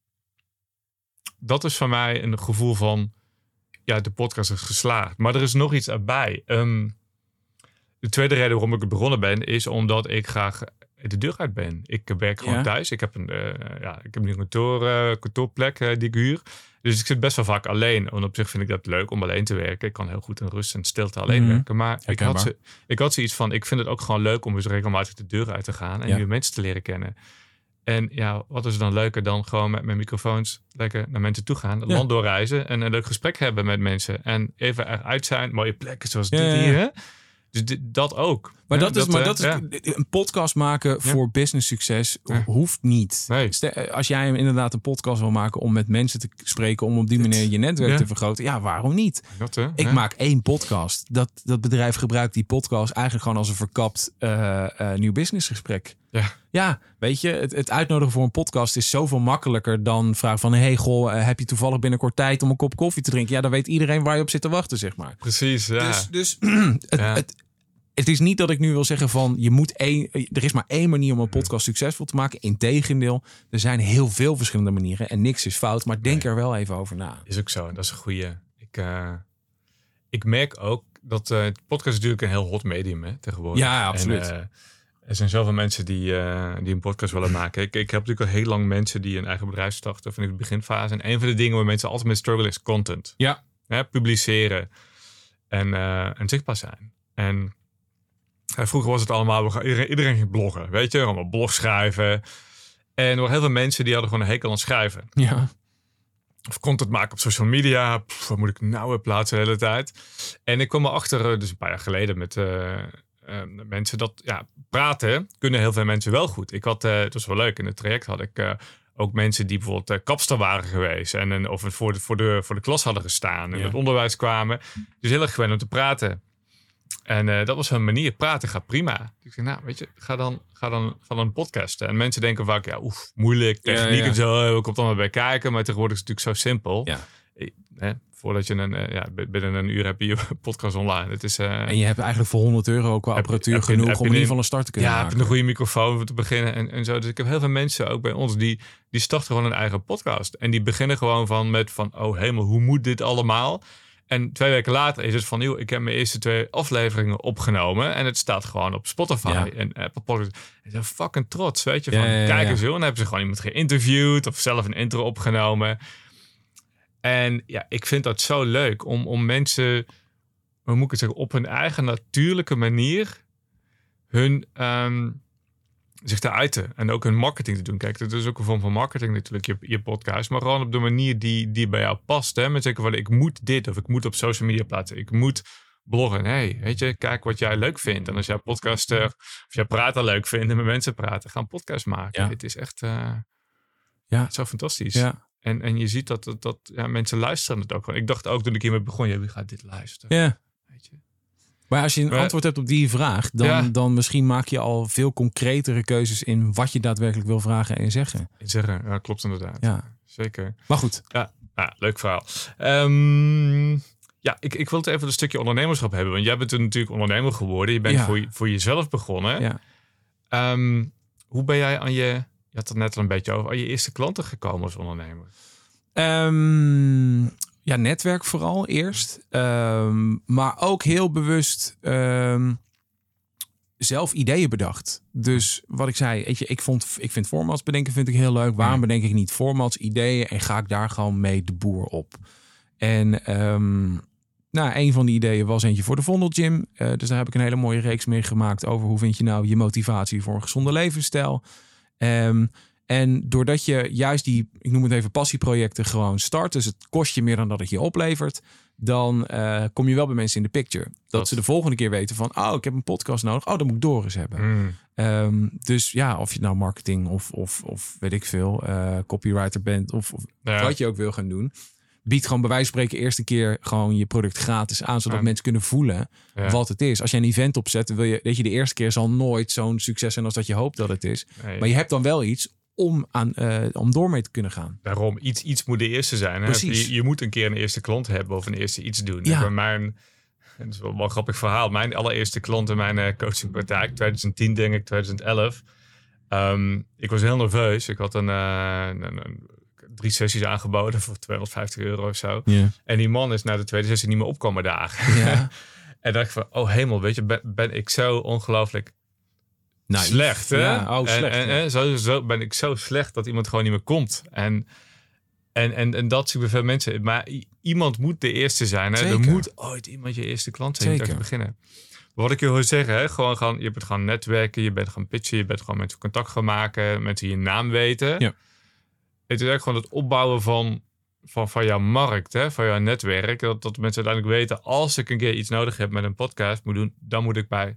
dat is voor mij een gevoel van, ja, de podcast is geslaagd. Maar er is nog iets erbij. Um, de tweede reden waarom ik begonnen ben, is omdat ik graag de deur uit ben. Ik werk gewoon ja. thuis. Ik heb een, uh, ja, ik heb nu een kantoor, uh, kantoorplek uh, die ik huur. Dus ik zit best wel vaak alleen. En op zich vind ik dat leuk om alleen te werken. Ik kan heel goed in rust en stilte alleen mm-hmm. werken. Maar ik had, ze, ik had zoiets van, ik vind het ook gewoon leuk om eens regelmatig de deur uit te gaan en ja. nieuwe mensen te leren kennen. En ja, wat is dan leuker dan gewoon met mijn microfoons lekker naar mensen toe gaan. Het ja. land doorreizen en een leuk gesprek hebben met mensen. En even eruit zijn. Mooie plekken zoals ja, dit hier. Hè? Dus dit, dat ook. Maar ja, dat is, dat, maar uh, dat is ja. een podcast maken ja. voor business succes ja. hoeft niet. Nee. Als jij inderdaad een podcast wil maken om met mensen te spreken, om op die manier je netwerk ja. te vergroten. Ja, waarom niet? Dat, uh, Ik ja. maak één podcast. Dat, dat bedrijf gebruikt die podcast eigenlijk gewoon als een verkapt uh, uh, nieuw businessgesprek. Ja. Ja, weet je, het, het uitnodigen voor een podcast is zoveel makkelijker dan vragen van, hey goh, uh, heb je toevallig binnenkort tijd om een kop koffie te drinken? Ja, dan weet iedereen waar je op zit te wachten, zeg maar. Precies, ja. Dus, dus het, ja. het, het is niet dat ik nu wil zeggen van, je moet één, er is maar één manier om een podcast succesvol te maken. Integendeel, er zijn heel veel verschillende manieren en niks is fout, maar denk nee. er wel even over na. Is ook zo, dat is een goeie. Ik, uh, ik merk ook dat uh, het podcast is natuurlijk een heel hot medium hè, tegenwoordig. Ja, absoluut. En, uh, er zijn zoveel mensen die, uh, die een podcast willen maken. Ik, ik heb natuurlijk al heel lang mensen die een eigen bedrijf starten van in de beginfase. En een van de dingen waar mensen altijd mee struggelen is content. Ja. Ja, publiceren en, uh, en zichtbaar zijn. En uh, vroeger was het allemaal, we gaan, iedereen, iedereen ging bloggen. Weet je, allemaal blog schrijven. En er waren heel veel mensen die hadden gewoon een hekel aan schrijven. Ja. Of content maken op social media. Pff, wat moet ik nou weer plaatsen de hele tijd? En ik kwam erachter, dus een paar jaar geleden met... Uh, Uh, mensen dat ja, praten kunnen heel veel mensen wel goed. Ik had, uh, het was wel leuk, in het traject had ik uh, ook mensen die bijvoorbeeld uh, kapster waren geweest en, en of voor de, voor, de, voor de klas hadden gestaan en ja. het onderwijs kwamen. Dus heel erg gewend om te praten. En uh, dat was hun manier. Praten gaat prima. Dus ik zei, nou weet je, ga dan, ga dan, ga dan podcasten. En mensen denken vaak, ja, oef, moeilijk, techniek ja, ja. en zo. Ik kom er allemaal bij kijken, maar tegenwoordig is het natuurlijk zo simpel. Ja. Ik, hè, Voordat je een, uh, ja, binnen een uur heb je je podcast online. Het is, uh, en je hebt eigenlijk voor honderd euro qua apparatuur heb, genoeg heb je, om in ieder geval een start te kunnen ja, maken. Ja, heb je een goede microfoon om te beginnen en, en zo. Dus ik heb heel veel mensen ook bij ons die, die starten gewoon een eigen podcast. En die beginnen gewoon van met van, oh hemel, hoe moet dit allemaal? En twee weken later is het van, joh, ik heb mijn eerste twee afleveringen opgenomen. En het staat gewoon op Spotify ja. en Apple Podcasts. Ze zijn fucking trots, weet je. Van, ja, ja, ja, kijk eens, joh. En dan hebben ze gewoon iemand geïnterviewd of zelf een intro opgenomen. En ja, ik vind dat zo leuk om, om mensen, hoe moet ik het zeggen, op hun eigen natuurlijke manier hun um, zich te uiten. En ook hun marketing te doen. Kijk, dat is ook een vorm van marketing natuurlijk, je, je podcast. Maar gewoon op de manier die, die bij jou past. Hè? Met zeggen van, ik moet dit of ik moet op social media plaatsen. Ik moet bloggen. Hey, weet je, kijk wat jij leuk vindt. En als jij podcaster of jij praten leuk vindt en met mensen praten, ga een podcast maken. Ja. Het is echt uh, ja. zo fantastisch. Ja. En, en je ziet dat, dat, dat ja, mensen luisteren het ook gewoon. Ik dacht ook toen ik hiermee begon, ja, wie gaat dit luisteren? Ja. Weet je? Maar als je een maar, antwoord hebt op die vraag, dan, ja. dan misschien maak je al veel concretere keuzes in wat je daadwerkelijk wil vragen en zeggen. Zeggen, ja, klopt inderdaad. Ja. Zeker. Maar goed. Ja, ja leuk verhaal. Um, ja, ik, ik wil het even een stukje ondernemerschap hebben. Want jij bent natuurlijk ondernemer geworden. Je bent ja. voor, voor jezelf begonnen. Ja. Um, hoe ben jij aan je... Je had het net al een beetje over. Aan je eerste klanten gekomen als ondernemer? Um, ja, netwerk vooral eerst. Um, maar ook heel bewust um, zelf ideeën bedacht. Dus wat ik zei, weet je, ik, vond, ik vind formats bedenken vind ik heel leuk. Waarom hmm. bedenk ik niet formats, ideeën en ga ik daar gewoon mee de boer op? En um, nou, een van die ideeën was eentje voor de Vondel Gym. Uh, dus daar heb ik een hele mooie reeks mee gemaakt over hoe vind je nou je motivatie voor een gezonde levensstijl. Um, en doordat je juist die, ik noem het even passieprojecten gewoon start, dus het kost je meer dan dat het je oplevert, dan uh, kom je wel bij mensen in de picture. Dat, dat ze de volgende keer weten van, oh, ik heb een podcast nodig. Oh, dan moet ik Doris hebben. Mm. Um, dus ja, of je nou marketing of, of, of weet ik veel, uh, copywriter bent of, of ja. wat je ook wil gaan doen. Bied gewoon bij wijze van spreken eerst een keer gewoon je product gratis aan, zodat ja. mensen kunnen voelen ja. wat het is. Als jij een event opzet, dan wil je, weet je, de eerste keer zal nooit zo'n succes zijn als dat je hoopt dat het is. Nee. Maar je hebt dan wel iets om, aan, uh, om door mee te kunnen gaan. Daarom, iets, iets moet de eerste zijn. Hè? Je, je moet een keer een eerste klant hebben of een eerste iets doen. Ja. Bij mijn, het is wel, wel een grappig verhaal. Mijn allereerste klant in mijn uh, coachingpraktijk, twintig tien denk ik, twintig elf. Um, ik was heel nerveus. Ik had een... Uh, een, een drie sessies aangeboden voor tweehonderdvijftig euro of zo. Yeah. En die man is na de tweede sessie niet meer opkomen dagen. Yeah. En dacht ik van, oh hemel, weet je, ben, ben ik zo ongelooflijk nice. slecht. Hè? Ja, oh, slecht. En, en, ja. en zo, zo ben ik zo slecht dat iemand gewoon niet meer komt. En, en, en, en dat zie ik bij veel mensen. Maar i- iemand moet de eerste zijn. Hè? Er moet ooit iemand je eerste klant zijn om te beginnen. Wat ik je wil zeggen, hè, gewoon gaan, je bent gaan netwerken, je bent gaan pitchen, je bent gewoon mensen contact gaan maken, mensen die je naam weten. Ja. Het is eigenlijk gewoon het opbouwen van, van, van jouw markt, hè, van jouw netwerk. Dat, dat mensen uiteindelijk weten, als ik een keer iets nodig heb met een podcast moet doen, dan moet ik bij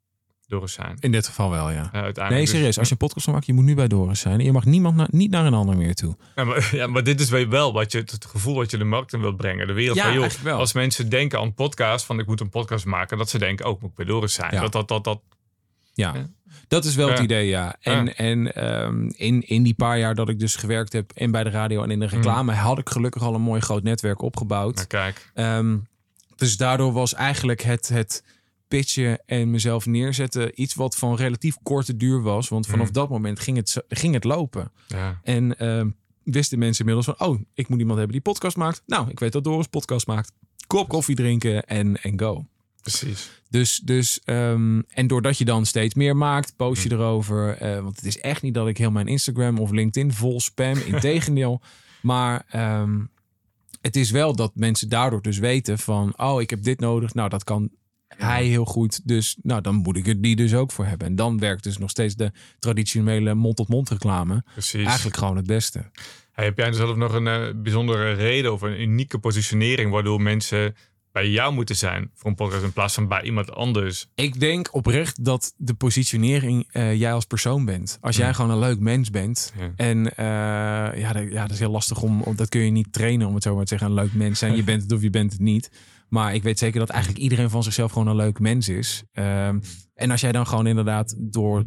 Doris zijn. In dit geval wel, ja. Uh, uiteindelijk Nee, serieus. Dus, als je een podcast maakt, je moet nu bij Doris zijn. En je mag niemand na, niet naar een ander meer toe. ja, maar, ja, maar dit is wel wat je, het gevoel wat je de markt in wilt brengen. De wereld Ja, van, joh, eigenlijk wel. als mensen denken aan podcast, van ik moet een podcast maken, dat ze denken, oh, ik moet bij Doris zijn. Ja. Dat, dat, dat, dat, Ja, Ja. dat is wel het Ja. idee, ja. En, Ja. en um, in, in die paar jaar dat ik dus gewerkt heb en bij de radio en in de reclame, had ik gelukkig al een mooi groot netwerk opgebouwd. nou, kijk. Um, dus daardoor was eigenlijk het, het pitchen en mezelf neerzetten iets wat van relatief korte duur was. Want vanaf Mm. dat moment ging het, zo- ging het lopen. Ja. En um, wisten mensen inmiddels van, oh, ik moet iemand hebben die podcast maakt. Nou, ik weet dat Doris podcast maakt. Kop koffie drinken en, en go. Precies. Dus, dus um, en doordat je dan steeds meer maakt, post je Hm. erover. Uh, want het is echt niet dat ik heel mijn Instagram of LinkedIn vol spam. Integendeel. Maar um, het is wel dat mensen daardoor dus weten van, oh, ik heb dit nodig. Nou, dat kan hij heel goed. Dus nou, dan moet ik er die dus ook voor hebben. En dan werkt dus nog steeds de traditionele mond-tot-mond reclame Precies. eigenlijk gewoon het beste. Hey, heb jij zelf nog een uh, bijzondere reden of een unieke positionering waardoor mensen bij jou moeten zijn voor een podcast in plaats van bij iemand anders? Ik denk oprecht dat de positionering uh, jij als persoon bent. Als jij Ja. gewoon een leuk mens bent. Ja. En uh, ja, dat, ja, dat is heel lastig om, om... Dat kun je niet trainen om het zo maar te zeggen. Een leuk mens zijn. Je bent het of je bent het niet. Maar ik weet zeker dat eigenlijk iedereen van zichzelf gewoon een leuk mens is. Um, en als jij dan gewoon inderdaad door...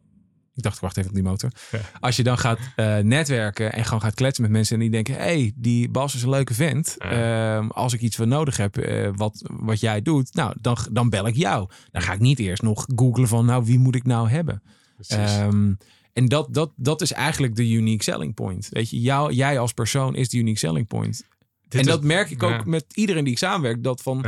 Ik dacht, wacht even op die motor. Ja. Als je dan gaat uh, netwerken en gewoon gaat kletsen met mensen en die denken, hé, hey, die Bas is een leuke vent. Ja. Uh, als ik iets wat nodig heb, uh, wat, wat jij doet, nou, dan, dan bel ik jou. Dan ga ik niet eerst nog googlen van, nou, wie moet ik nou hebben? Um, en dat, dat, dat is eigenlijk de unique selling point. Weet je, jou, jij als persoon is de unique selling point. Dit en dat is, merk ik ook ja. met iedereen die ik samenwerk. Dat van,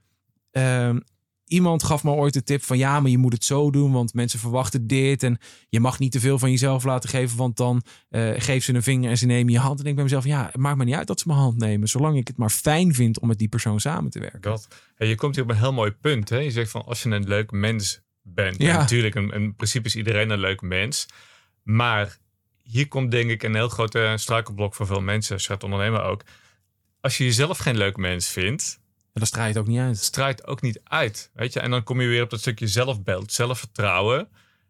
ja. um, iemand gaf me ooit de tip van, ja, maar je moet het zo doen, want mensen verwachten dit. En je mag niet te veel van jezelf laten geven, want dan uh, geef ze een vinger en ze nemen je hand. En ik denk bij mezelf, ja, het maakt me niet uit dat ze mijn hand nemen, zolang ik het maar fijn vind om met die persoon samen te werken. Dat. Hey, je komt hier op een heel mooi punt. Hè? Je zegt van, als je een leuk mens bent. Ja. En natuurlijk, in, in principe is iedereen een leuk mens. Maar hier komt denk ik een heel grote struikelblok voor veel mensen, zoals ondernemer ook. Als je jezelf geen leuk mens vindt, en dan straalt het ook niet uit. Straalt ook niet uit, weet je. En dan kom je weer op dat stukje zelfbeeld, zelfvertrouwen.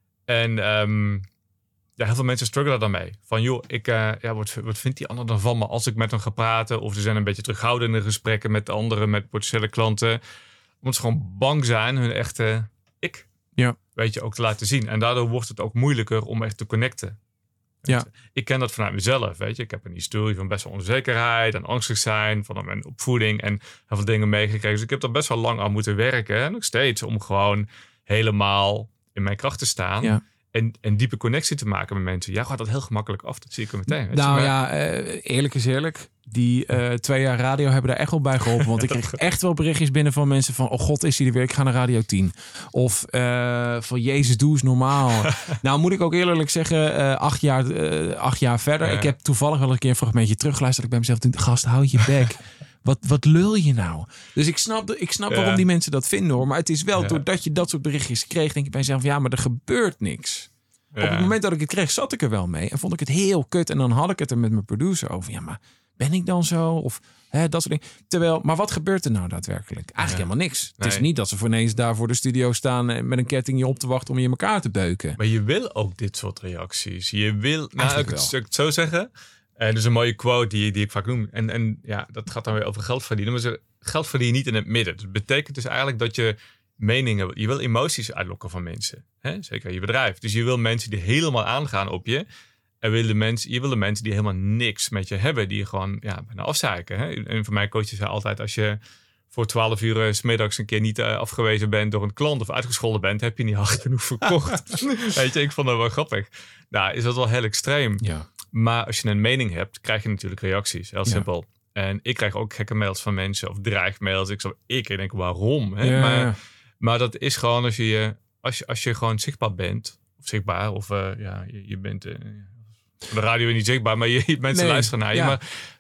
En um, ja, heel veel mensen struggelen daar dan mee. Van joh, ik, uh, ja, wat, wat vindt die ander dan van me als ik met hem ga praten? Of ze zijn een beetje terughoudende gesprekken met anderen, met potentiële klanten. Omdat ze gewoon bang zijn hun echte ik, ja. weet je, ook te laten zien. En daardoor wordt het ook moeilijker om echt te connecten. Ja. Ik ken dat vanuit mezelf, weet je. Ik heb een historie van best wel onzekerheid en angstig zijn van mijn opvoeding en heel veel dingen meegekregen. Dus ik heb er best wel lang aan moeten werken, hè, nog steeds, om gewoon helemaal in mijn kracht te staan. Ja. En een diepe connectie te maken met mensen. Ja, gaat dat heel gemakkelijk af. Dat zie ik er meteen. Weet nou je? ja, uh, eerlijk is eerlijk. Die uh, twee jaar radio hebben daar echt wel bij geholpen. Want ik kreeg echt wel berichtjes binnen van mensen van, oh god, is hij er weer? Ik ga naar Radio tien. Of uh, van, Jezus, doe eens normaal. Nou moet ik ook eerlijk zeggen, uh, acht, jaar, uh, acht jaar verder. Ja. Ik heb toevallig wel een keer een fragmentje teruggeluisterd. Ik bij mezelf denk, gast, houd je bek. Wat, wat lul je nou? Dus ik snap, ik snap ja. waarom die mensen dat vinden, hoor. Maar het is wel, ja. doordat je dat soort berichtjes kreeg, denk ik bij mezelf, ja, maar er gebeurt niks. Ja. Op het moment dat ik het kreeg, zat ik er wel mee. En vond ik het heel kut. En dan had ik het er met mijn producer over. Ja, maar ben ik dan zo? Of hè, dat soort dingen. Terwijl, maar wat gebeurt er nou daadwerkelijk? Eigenlijk ja. helemaal niks. Nee. Het is niet dat ze voor ineens daar voor de studio staan met een kettingje op te wachten om je in elkaar te beuken. Maar je wil ook dit soort reacties. Je wil, nou, ik zou het zo zeggen. En dat is een mooie quote die, die ik vaak noem. En, en ja, dat gaat dan weer over geld verdienen. Maar ze, geld verdien je niet in het midden. Dat betekent dus eigenlijk dat je meningen, je wil emoties uitlokken van mensen. Hè? Zeker in je bedrijf. Dus je wil mensen die helemaal aangaan op je. En wil de mensen, je wil de mensen die helemaal niks met je hebben. Die je gewoon ja, bijna afzeiken. Hè? En voor mij coaches zei altijd, als je voor twaalf uur 's middags een keer niet uh, afgewezen bent door een klant of uitgescholden bent, heb je niet hard genoeg verkocht. Weet je, ik vond dat wel grappig. Nou, is dat wel heel extreem. Ja. Maar als je een mening hebt, krijg je natuurlijk reacties. Heel simpel. Ja. En ik krijg ook gekke mails van mensen of dreigmails. Ik zou ik denk, waarom? Hè? Ja. Maar, maar dat is gewoon als je, als je, als je gewoon zichtbaar bent. Of zichtbaar. Of uh, ja, je, je bent uh, de radio niet zichtbaar, maar je, je mensen nee, luisteren naar je. Ja. Maar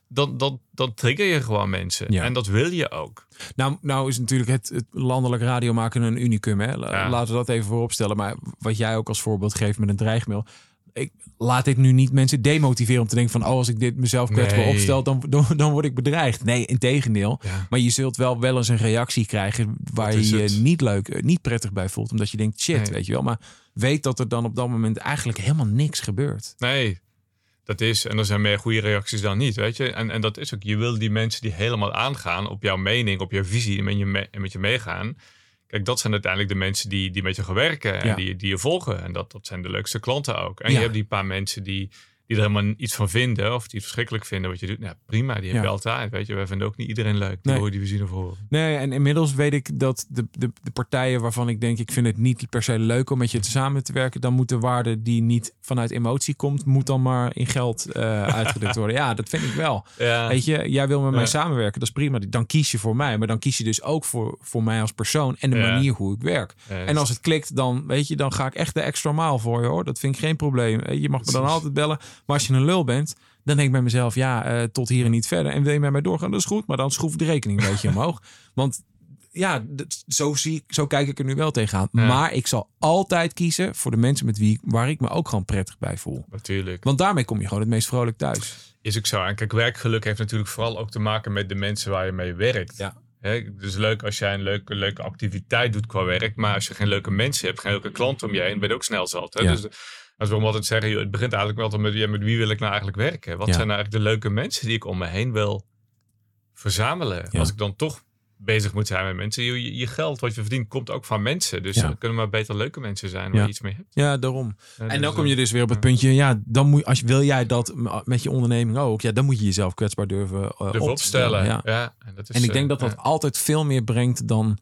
dan, dan, dan trigger je gewoon mensen. Ja. En dat wil je ook. Nou, nou is natuurlijk het, het landelijk radiomaken een unicum. Hè? Ja. Laten we dat even vooropstellen. Maar wat jij ook als voorbeeld geeft met een dreigmail. Ik laat dit nu niet mensen demotiveren om te denken van... oh, als ik dit mezelf kwetsbaar Nee. opstel, dan, dan, dan word ik bedreigd. Nee, integendeel. Ja. Maar je zult wel wel eens een reactie krijgen... waar Dat is je je het. niet leuk, niet prettig bij voelt. Omdat je denkt, shit, Nee. weet je wel. Maar weet dat er dan op dat moment eigenlijk helemaal niks gebeurt. Nee, dat is... En er zijn meer goede reacties dan niet, weet je. En, en dat is ook... Je wil die mensen die helemaal aangaan op jouw mening, op jouw visie en met je, me, en met je meegaan... Kijk, dat zijn uiteindelijk de mensen die, die met je gaan werken en Ja. die, die je volgen. En dat, dat zijn de leukste klanten ook. En Ja. je hebt die paar mensen die, die er helemaal iets van vinden of die het verschrikkelijk vinden wat je doet. Nou, prima, die heb Ja. je altijd. Weet je, wij vinden ook niet iedereen leuk. Die Nee. hoor je die we zien ervoor. Nee, en inmiddels weet ik dat de, de, de partijen waarvan ik denk... ik vind het niet per se leuk om met je te samen te werken... dan moet de waarde die niet vanuit emotie komt... moet dan maar in geld uh, uitgedrukt worden. Ja, dat vind ik wel. Ja. Weet je, jij wil met mij Ja. samenwerken, dat is prima. Dan kies je voor mij. Maar dan kies je dus ook voor, voor mij als persoon... en de Ja. manier hoe ik werk. Ja, En als het klikt, dan, weet je, dan ga ik echt de extra maal voor je, hoor. Dat vind ik geen probleem. Je mag me dan Precies. altijd bellen. Maar als je een lul bent... dan denk ik bij mezelf, ja, uh, tot hier en niet verder. En wil je met mij doorgaan, dat is goed. Maar dan schroef ik de rekening een beetje omhoog. Want ja, dat, zo, zie ik, zo kijk ik er nu wel tegenaan. Ja. Maar ik zal altijd kiezen voor de mensen met wie ik, waar ik me ook gewoon prettig bij voel. Natuurlijk. Want daarmee kom je gewoon het meest vrolijk thuis. Is ook zo. En kijk, werkgeluk heeft natuurlijk vooral ook te maken met de mensen waar je mee werkt. Ja. Hè, dus leuk als jij een leuke, leuke activiteit doet qua werk. Maar als je geen leuke mensen hebt, geen leuke klanten om je heen, ben je ook snel zat. Hè? Ja. Dus als we altijd zeggen, joh, het begint eigenlijk wel altijd met, ja, met wie wil ik nou eigenlijk werken? Wat Ja. zijn nou eigenlijk de leuke mensen die ik om me heen wil verzamelen? Ja. Als ik dan toch bezig moet zijn met mensen. Je, je geld wat je verdient komt ook van mensen. Dus Ja. er kunnen maar beter leuke mensen zijn waar Ja. je iets mee hebt. Ja, daarom. Ja, En dus, dan kom je eh, dus weer op het ja. puntje, ja, dan moet, als, wil jij dat met je onderneming ook, ja, dan moet je jezelf kwetsbaar durven uh, Durven opstellen. Ja. Ja, en dat is, En ik denk eh, dat dat ja. altijd veel meer brengt dan,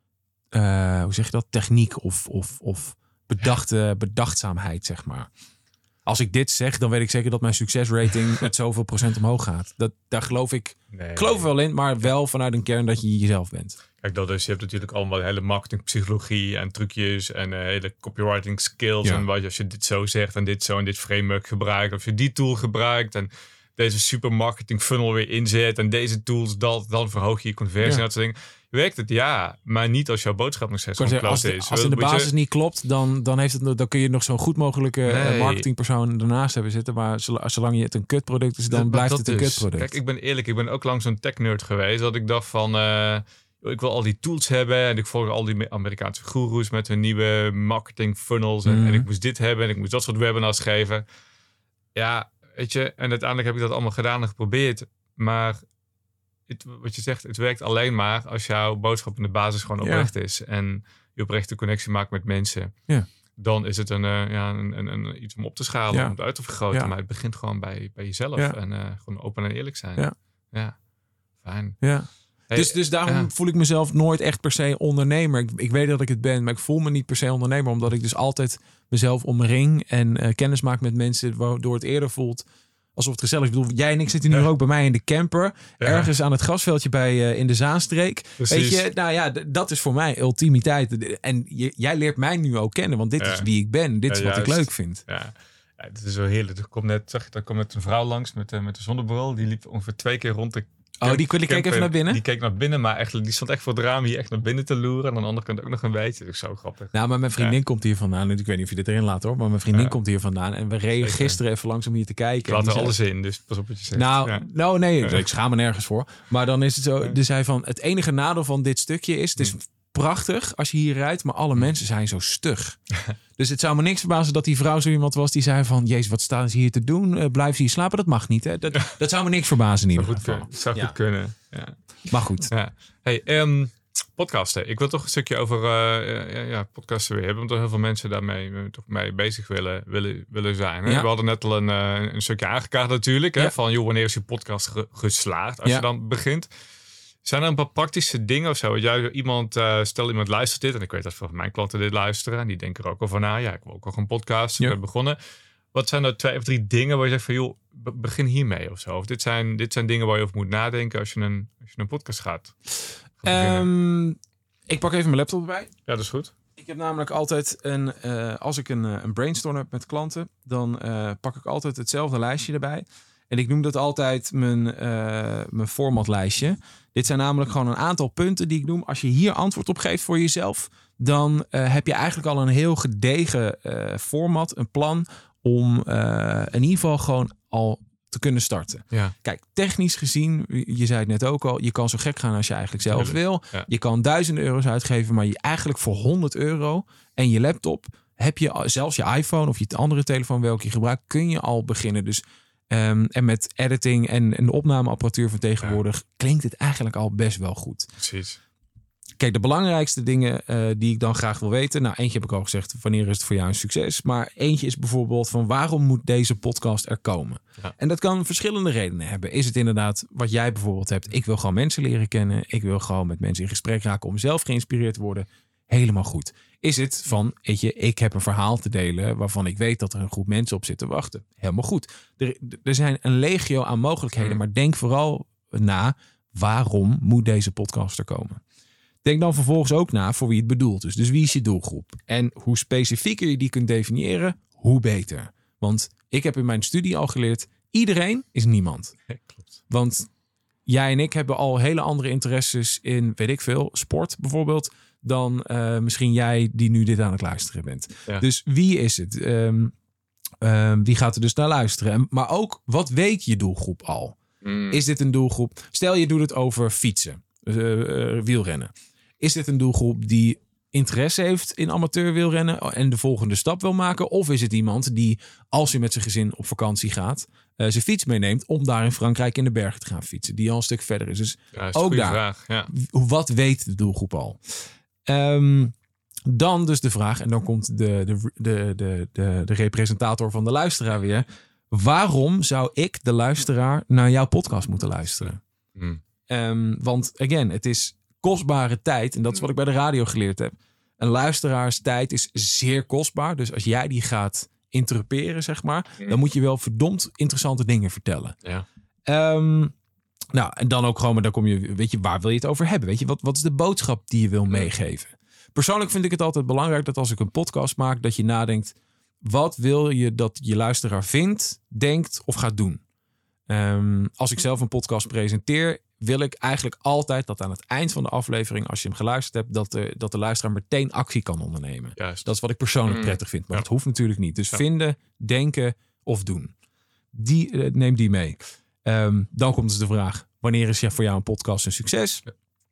uh, hoe zeg je dat, techniek of, of, of bedachte, bedachtzaamheid, zeg maar. Als ik dit zeg, dan weet ik zeker dat mijn succesrating met zoveel procent omhoog gaat. Dat, daar geloof ik, Nee. ik geloof wel in, maar wel vanuit een kern dat je jezelf bent. Kijk, dat is, je hebt natuurlijk allemaal hele marketingpsychologie en trucjes en uh, hele copywriting skills. Ja. En wat je, als je dit zo zegt en dit zo en dit framework gebruikt, of je die tool gebruikt en deze super marketing funnel weer inzet en deze tools, dat, dan verhoog je je conversie Ja. en dat soort dingen. Werkt het? Ja, maar niet als jouw boodschap nog steeds Ik wou gewoon zeggen, kloot als, de, is. als in de Weet je- basis niet klopt, dan, dan, heeft het, dan kun je nog zo'n goed mogelijke uh, Nee. marketingpersoon ernaast hebben zitten. Maar zol- zolang je het een kutproduct is, dan Dat- blijft dat het een dus. kutproduct. Kijk, ik ben eerlijk, ik ben ook lang zo'n tech-nerd geweest. Dat ik dacht van, uh, ik wil al die tools hebben. En ik volg al die Amerikaanse goeroes met hun nieuwe marketing funnels. En, Mhm. en ik moest dit hebben en ik moest dat soort webinars geven. Ja, weet je. En uiteindelijk heb ik dat allemaal gedaan en geprobeerd. Maar het, wat je zegt, het werkt alleen maar als jouw boodschap in de basis gewoon Ja. oprecht is. En je oprechte connectie maakt met mensen. Ja. Dan is het een, uh, ja, een, een, een, iets om op te schalen, Ja. om het uit te vergroten. Ja. Maar het begint gewoon bij, bij jezelf. Ja. En uh, gewoon open en eerlijk zijn. Ja. Ja, fijn. Ja. Hey, dus, dus daarom ja. voel ik mezelf nooit echt per se ondernemer. Ik, ik weet dat ik het ben, maar ik voel me niet per se ondernemer. Omdat ik dus altijd mezelf omring en uh, kennis maak met mensen, waardoor het eerder voelt alsof het gezellig is. Ik bedoel, jij en ik zitten nu Ja. ook bij mij in de camper. Ja. Ergens aan het grasveldje bij uh, in de Zaanstreek. Precies. Weet je, nou ja, d- dat is voor mij ultimiteit. En je, jij leert mij nu ook kennen, want dit Ja. is wie ik ben. Dit is Ja, wat ik juist. leuk vind. Ja. Ja, het is wel heerlijk. Er komt net, zag je, er komt net een vrouw langs met, uh, met een zonnebril. Die liep ongeveer twee keer rond de Oh, die, die keek camper. even naar binnen? Die keek naar binnen, maar echt, die stond echt voor het raam hier echt naar binnen te loeren. En aan de andere kant ook nog een beetje. Dat is zo grappig. Nou, maar mijn vriendin Ja. komt hier vandaan. Ik weet niet of je dit erin laat hoor. Maar mijn vriendin Ja. komt hier vandaan. En we reden Zeker. gisteren even langs om hier te kijken. Ik laat En er die alles zei- in, dus pas op wat je zegt. Nou, Ja. nou nee, Ja. ik schaam me nergens voor. Maar dan is het zo. Ja. Dus hij van, het enige nadeel van dit stukje is, het is prachtig als je hier rijdt, maar alle mensen zijn zo stug. Dus het zou me niks verbazen dat die vrouw zo iemand was die zei van, jezus, wat staan ze hier te doen? Uh, blijven ze hier slapen? Dat mag niet. Hè? Dat, dat zou me niks verbazen in Zou ieder goed geval. kunnen. Zou Ja. goed kunnen. Ja. Maar goed. Ja. Hey, um, podcasten. Ik wil toch een stukje over uh, ja, ja, podcasten weer hebben. Want er heel veel mensen daarmee uh, toch mee bezig willen, willen, willen zijn. Hè? Ja. We hadden net al een, uh, een stukje aangekaart natuurlijk. Hè? Ja. Van joh, wanneer is je podcast ge- geslaagd? Als Ja. je dan begint. Zijn er een paar praktische dingen of zo? Jij, iemand, uh, stel iemand luistert dit. En ik weet dat veel van mijn klanten dit luisteren. En die denken er ook al van na. Ja, ik wil ook al een podcast. Ik Ja. ben begonnen. Wat zijn er twee of drie dingen waar je zegt van joh, be- begin hiermee of zo? Of dit zijn, dit zijn dingen waar je over moet nadenken als je een, als je een podcast gaat. gaat beginnen. Um, ik pak even mijn laptop erbij. Ja, dat is goed. Ik heb namelijk altijd een, uh, als ik een, uh, een brainstorm heb met klanten, dan uh, pak ik altijd hetzelfde lijstje erbij. En ik noem dat altijd mijn, uh, mijn formatlijstje. Dit zijn namelijk gewoon een aantal punten die ik noem. Als je hier antwoord op geeft voor jezelf, dan uh, heb je eigenlijk al een heel gedegen uh, format, een plan om uh, in ieder geval gewoon al te kunnen starten. Ja. Kijk, technisch gezien, je zei het net ook al, je kan zo gek gaan als je eigenlijk zelf wil. Ja. Je kan duizenden euro's uitgeven, maar je eigenlijk voor honderd euro en je laptop heb je zelfs je iPhone of je andere telefoon welke je gebruikt, kun je al beginnen. Dus um, en met editing en, en de opnameapparatuur van tegenwoordig ja. klinkt het eigenlijk al best wel goed. Precies. Kijk, de belangrijkste dingen uh, die ik dan graag wil weten. Nou, eentje heb ik al gezegd, wanneer is het voor jou een succes? Maar eentje is bijvoorbeeld van waarom moet deze podcast er komen? Ja. En dat kan verschillende redenen hebben. Is het inderdaad wat jij bijvoorbeeld hebt? Ik wil gewoon mensen leren kennen. Ik wil gewoon met mensen in gesprek raken om zelf geïnspireerd te worden. Helemaal goed. Is het van, weet je, ik heb een verhaal te delen waarvan ik weet dat er een groep mensen op zit te wachten. Helemaal goed. Er, er zijn een legio aan mogelijkheden, hmm. maar denk vooral na, waarom moet deze podcast er komen? Denk dan vervolgens ook na voor wie het bedoeld is. Dus wie is je doelgroep? En hoe specifieker je die kunt definiëren, hoe beter. Want ik heb in mijn studie al geleerd, iedereen is niemand. Ja, klopt. Want jij en ik hebben al hele andere interesses in, weet ik veel, sport bijvoorbeeld, dan uh, misschien jij die nu dit aan het luisteren bent. Ja. Dus wie is het? Um, um, wie gaat er dus naar luisteren? Maar ook, wat weet je doelgroep al? Mm. Is dit een doelgroep? Stel je doet het over fietsen, uh, uh, wielrennen. Is dit een doelgroep die interesse heeft in amateur wielrennen en de volgende stap wil maken? Of is het iemand die, als je met zijn gezin op vakantie gaat, uh, zijn fiets meeneemt om daar in Frankrijk in de bergen te gaan fietsen, die al een stuk verder is. Dus ja, is ook daar, vraag, ja. wat weet de doelgroep al? Um, dan dus de vraag, en dan komt de, de, de, de, de, de representator van de luisteraar weer. Waarom zou ik, de luisteraar, naar jouw podcast moeten luisteren? Hmm. Um, want again, het is kostbare tijd. En dat is wat ik bij de radio geleerd heb. Een luisteraars tijd is zeer kostbaar. Dus als jij die gaat interruperen, zeg maar, hmm. dan moet je wel verdomd interessante dingen vertellen. Ja. Um, Nou, en dan ook gewoon, maar dan kom je, weet je, waar wil je het over hebben? Weet je, wat, wat is de boodschap die je wil meegeven? Persoonlijk vind ik het altijd belangrijk dat als ik een podcast maak, dat je nadenkt, wat wil je dat je luisteraar vindt, denkt of gaat doen? Um, als ik zelf een podcast presenteer, wil ik eigenlijk altijd dat aan het eind van de aflevering, als je hem geluisterd hebt, dat de, dat de luisteraar meteen actie kan ondernemen. Juist. Dat is wat ik persoonlijk mm. prettig vind, maar ja. dat hoeft natuurlijk niet. Dus ja. vinden, denken of doen. Die, uh, neem die mee. Um, dan komt dus de vraag, wanneer is ja voor jou een podcast een succes?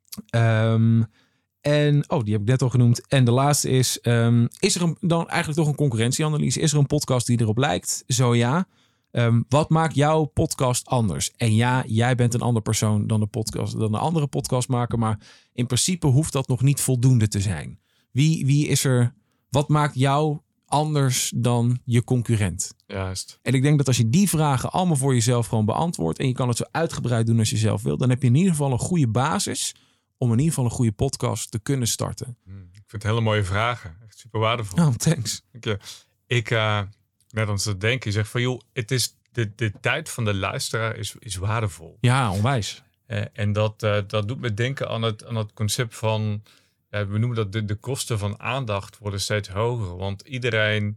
Ja. Um, en, oh, die heb ik net al genoemd. En de laatste is, um, is er een, dan eigenlijk toch een concurrentieanalyse? Is er een podcast die erop lijkt? Zo ja. Um, wat maakt jouw podcast anders? En ja, jij bent een ander persoon dan de, podcast, dan de andere podcastmaker, maar in principe hoeft dat nog niet voldoende te zijn. Wie, wie is er, wat maakt jou anders dan je concurrent? Juist. En ik denk dat als je die vragen allemaal voor jezelf gewoon beantwoordt en je kan het zo uitgebreid doen als je zelf wil, dan heb je in ieder geval een goede basis om in ieder geval een goede podcast te kunnen starten. Hmm, ik vind het hele mooie vragen. Echt super waardevol. Oh, thanks. Ik, ik uh, net aan het denken, je zegt van joh, het is de, de tijd van de luisteraar is, is waardevol. Ja, onwijs. Uh, en dat, uh, dat doet me denken aan het, aan het concept van, ja, we noemen dat de, de kosten van aandacht worden steeds hoger. Want iedereen,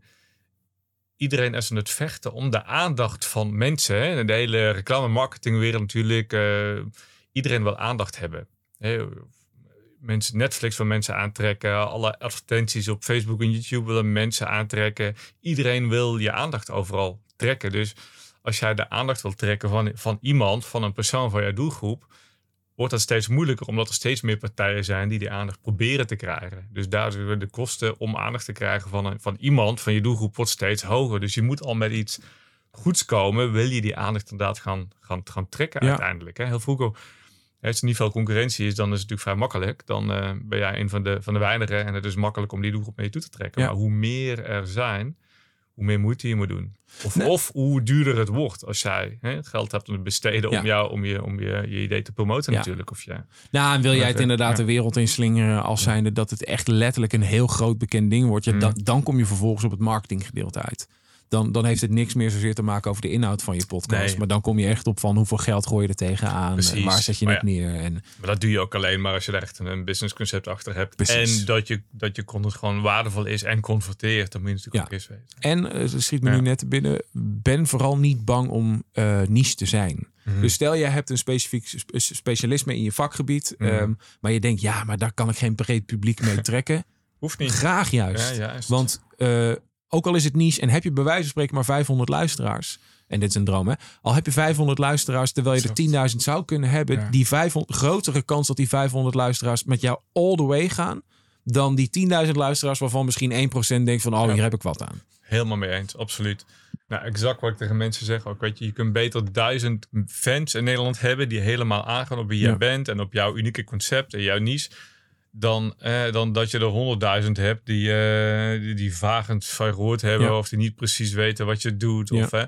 iedereen is aan het vechten om de aandacht van mensen. Hè? De hele reclame-marketingwereld natuurlijk. Uh, iedereen wil aandacht hebben. Hè? Mensen, Netflix wil mensen aantrekken. Alle advertenties op Facebook en YouTube willen mensen aantrekken. Iedereen wil je aandacht overal trekken. Dus als jij de aandacht wil trekken van, van iemand, van een persoon van jouw doelgroep, wordt dat steeds moeilijker, omdat er steeds meer partijen zijn die die aandacht proberen te krijgen. Dus daar is de kosten om aandacht te krijgen van, een, van iemand, van je doelgroep, wordt steeds hoger. Dus je moet al met iets goeds komen, wil je die aandacht inderdaad gaan, gaan, gaan trekken ja. uiteindelijk. Hè? Heel vroeger, als er niet veel concurrentie is, dan is het natuurlijk vrij makkelijk. Dan uh, ben jij een van de, van de weinigen en het is makkelijk om die doelgroep mee toe te trekken. Ja. Maar hoe meer er zijn, hoe meer moeite je moet doen. Of, nee. of hoe duurder het wordt als jij hè, geld hebt om te besteden ja. om, jou, om, je, om je, je idee te promoten ja. natuurlijk. Of je, nou, en wil jij het inderdaad ja. de wereld inslingeren als ja. zijnde dat het echt letterlijk een heel groot bekend ding wordt. Ja, mm. dan, dan kom je vervolgens op het marketinggedeelte uit. Dan, dan heeft het niks meer zozeer te maken over de inhoud van je podcast. Nee. Maar dan kom je echt op van hoeveel geld gooi je er tegenaan. Precies. Waar zet je Maar het neer? En, Maar dat doe je ook alleen maar als je er echt een businessconcept achter hebt. Precies. En dat je, dat je content gewoon waardevol is en converteert. Dat moet je natuurlijk Ja. ook eens weten. en uh, ze schiet me Ja. nu net te binnen. Ben vooral niet bang om uh, niche te zijn. Mm. Dus stel je hebt een specifiek spe- specialisme in je vakgebied. Mm. Um, maar je denkt, ja, maar daar kan ik geen breed publiek mee trekken. Hoeft niet. Graag juist. Ja, juist. Want uh, ook al is het niche en heb je bij wijze van spreken maar vijfhonderd luisteraars. En dit is een droom, hè? Al heb je vijfhonderd luisteraars terwijl je er tienduizend zou kunnen hebben. Ja. Die vijfhonderd, grotere kans dat die vijfhonderd luisteraars met jou all the way gaan. Dan die tienduizend luisteraars waarvan misschien één procent denkt van, oh, Ja. hier heb ik wat aan. Helemaal mee eens, absoluut. Nou, exact wat ik tegen mensen zeg ook. Weet je, je kunt beter duizend fans in Nederland hebben die helemaal aangaan op wie jij Ja. bent en op jouw unieke concept en jouw niche. Dan, eh, dan dat je er honderdduizend hebt die, eh, die, die vagend verroerd hebben Ja. of die niet precies weten wat je doet. Ja. Of, eh,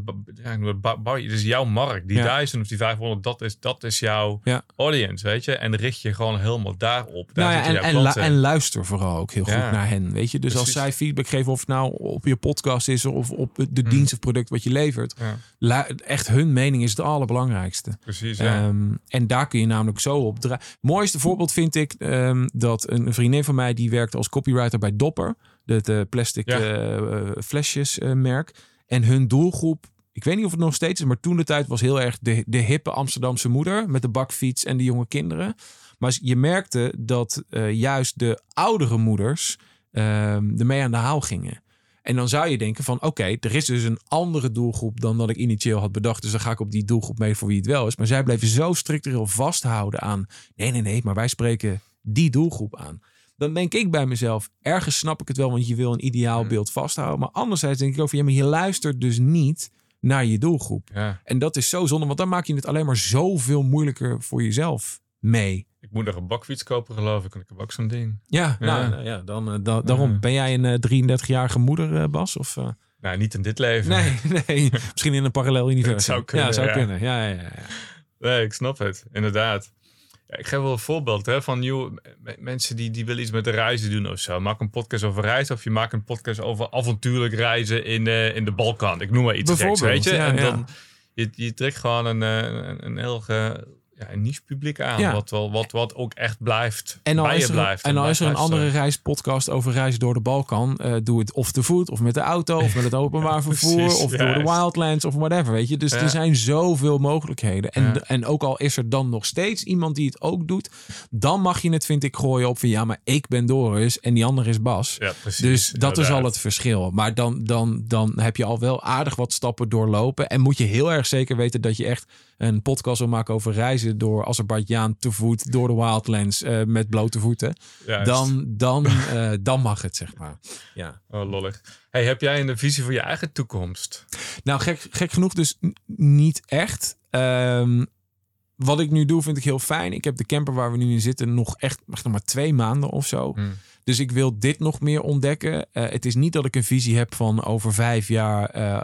ja, bouw- bouw je- dus jouw markt, die Ja. duizend of die vijfhonderd, dat is, dat is jouw Ja. audience, weet je. En richt je gewoon helemaal daarop. Daar Nou ja, zitten en, jouw en, lu- klanten. en luister vooral ook heel goed Ja. naar hen. Weet je? Dus als Precies. zij feedback geven, of het nou op je podcast is of op de Mm. dienst of product wat je levert. Ja, lu- echt hun mening is het allerbelangrijkste. precies, ja. Ehm, en daar kun je namelijk zo op draaien. Mooiste voorbeeld vind ik um, dat een vriendin van mij die werkte als copywriter bij Dopper. Het uh, plastic Ja. uh, flesjes uh, merk. En hun doelgroep, ik weet niet of het nog steeds is, maar toen de tijd was heel erg de, de hippe Amsterdamse moeder met de bakfiets en de jonge kinderen. Maar je merkte dat uh, juist de oudere moeders um, ermee aan de haal gingen. En dan zou je denken van oké, okay, er is dus een andere doelgroep dan dat ik initieel had bedacht. Dus dan ga ik op die doelgroep mee voor wie het wel is. Maar zij bleven zo structureel vasthouden aan nee, nee, nee, maar wij spreken die doelgroep aan. Dan denk ik bij mezelf, ergens snap ik het wel, want je wil een ideaal beeld vasthouden. Maar anderzijds denk ik over, ja, maar je luistert dus niet naar je doelgroep. ja. En dat is zo zonde, want dan maak je het alleen maar zoveel moeilijker voor jezelf mee. Ik moet nog een bakfiets kopen, geloof ik. En ik heb ook zo'n ding. Ja, Ja. nou, nou ja, dan, uh, da- daarom. Ja. Ben jij een uh, drieëndertigjarige moeder, uh, Bas? Of, uh... Nou, niet in dit leven. Nee, nee. Misschien in een parallel universum. Het zou kunnen, ja, zou ja. kunnen. Ja, ja, ja, ja. Nee, ik snap het. Inderdaad. Ja, ik geef wel een voorbeeld hè, van nieuwe m- mensen die, die willen iets met de reizen doen of zo. Maak een podcast over reizen of je maakt een podcast over avontuurlijk reizen in, uh, in de Balkan. Ik noem maar iets geks, weet je. Ja, en ja. dan, je, je trekt gewoon een, uh, een, een heel ge, ja, een niche publiek aan. Ja. Wat, wel, wat, wat ook echt blijft. En dan bij is je er, blijft. en dan is er een blijft andere luisteren. reispodcast over reizen door de Balkan. Uh, doe het of te voet, of met de auto, of met het openbaar Ja, vervoer, precies, of door de juist. wildlands, of whatever, weet je. Dus Ja. er zijn zoveel mogelijkheden. En, Ja. en ook al is er dan nog steeds iemand die het ook doet, dan mag je het, vind ik, gooien op van ja, maar ik ben Doris en die andere is Bas. Ja, precies. Dus dat is inderdaad. al het verschil. Maar dan, dan, dan heb je al wel aardig wat stappen doorlopen. En moet je heel erg zeker weten dat je echt een podcast wil maken over reizen door Azerbeidzjan te voet, door de wildlands uh, met blote voeten. Juist. Dan, dan, uh, dan mag het, zeg maar. Ja. Oh, lollig. Hey, heb jij een visie voor je eigen toekomst? Nou, gek, gek genoeg dus n- niet echt. Um, wat ik nu doe vind ik heel fijn. Ik heb de camper waar we nu in zitten nog echt nog maar twee maanden of zo. Hmm. Dus ik wil dit nog meer ontdekken. Uh, het is niet dat ik een visie heb van over vijf jaar uh,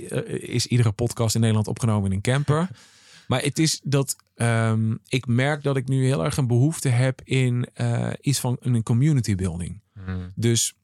is iedere podcast in Nederland opgenomen in een camper. Maar het is dat um, ik merk dat ik nu heel erg een behoefte heb in uh, iets van een community building. Hmm. Dus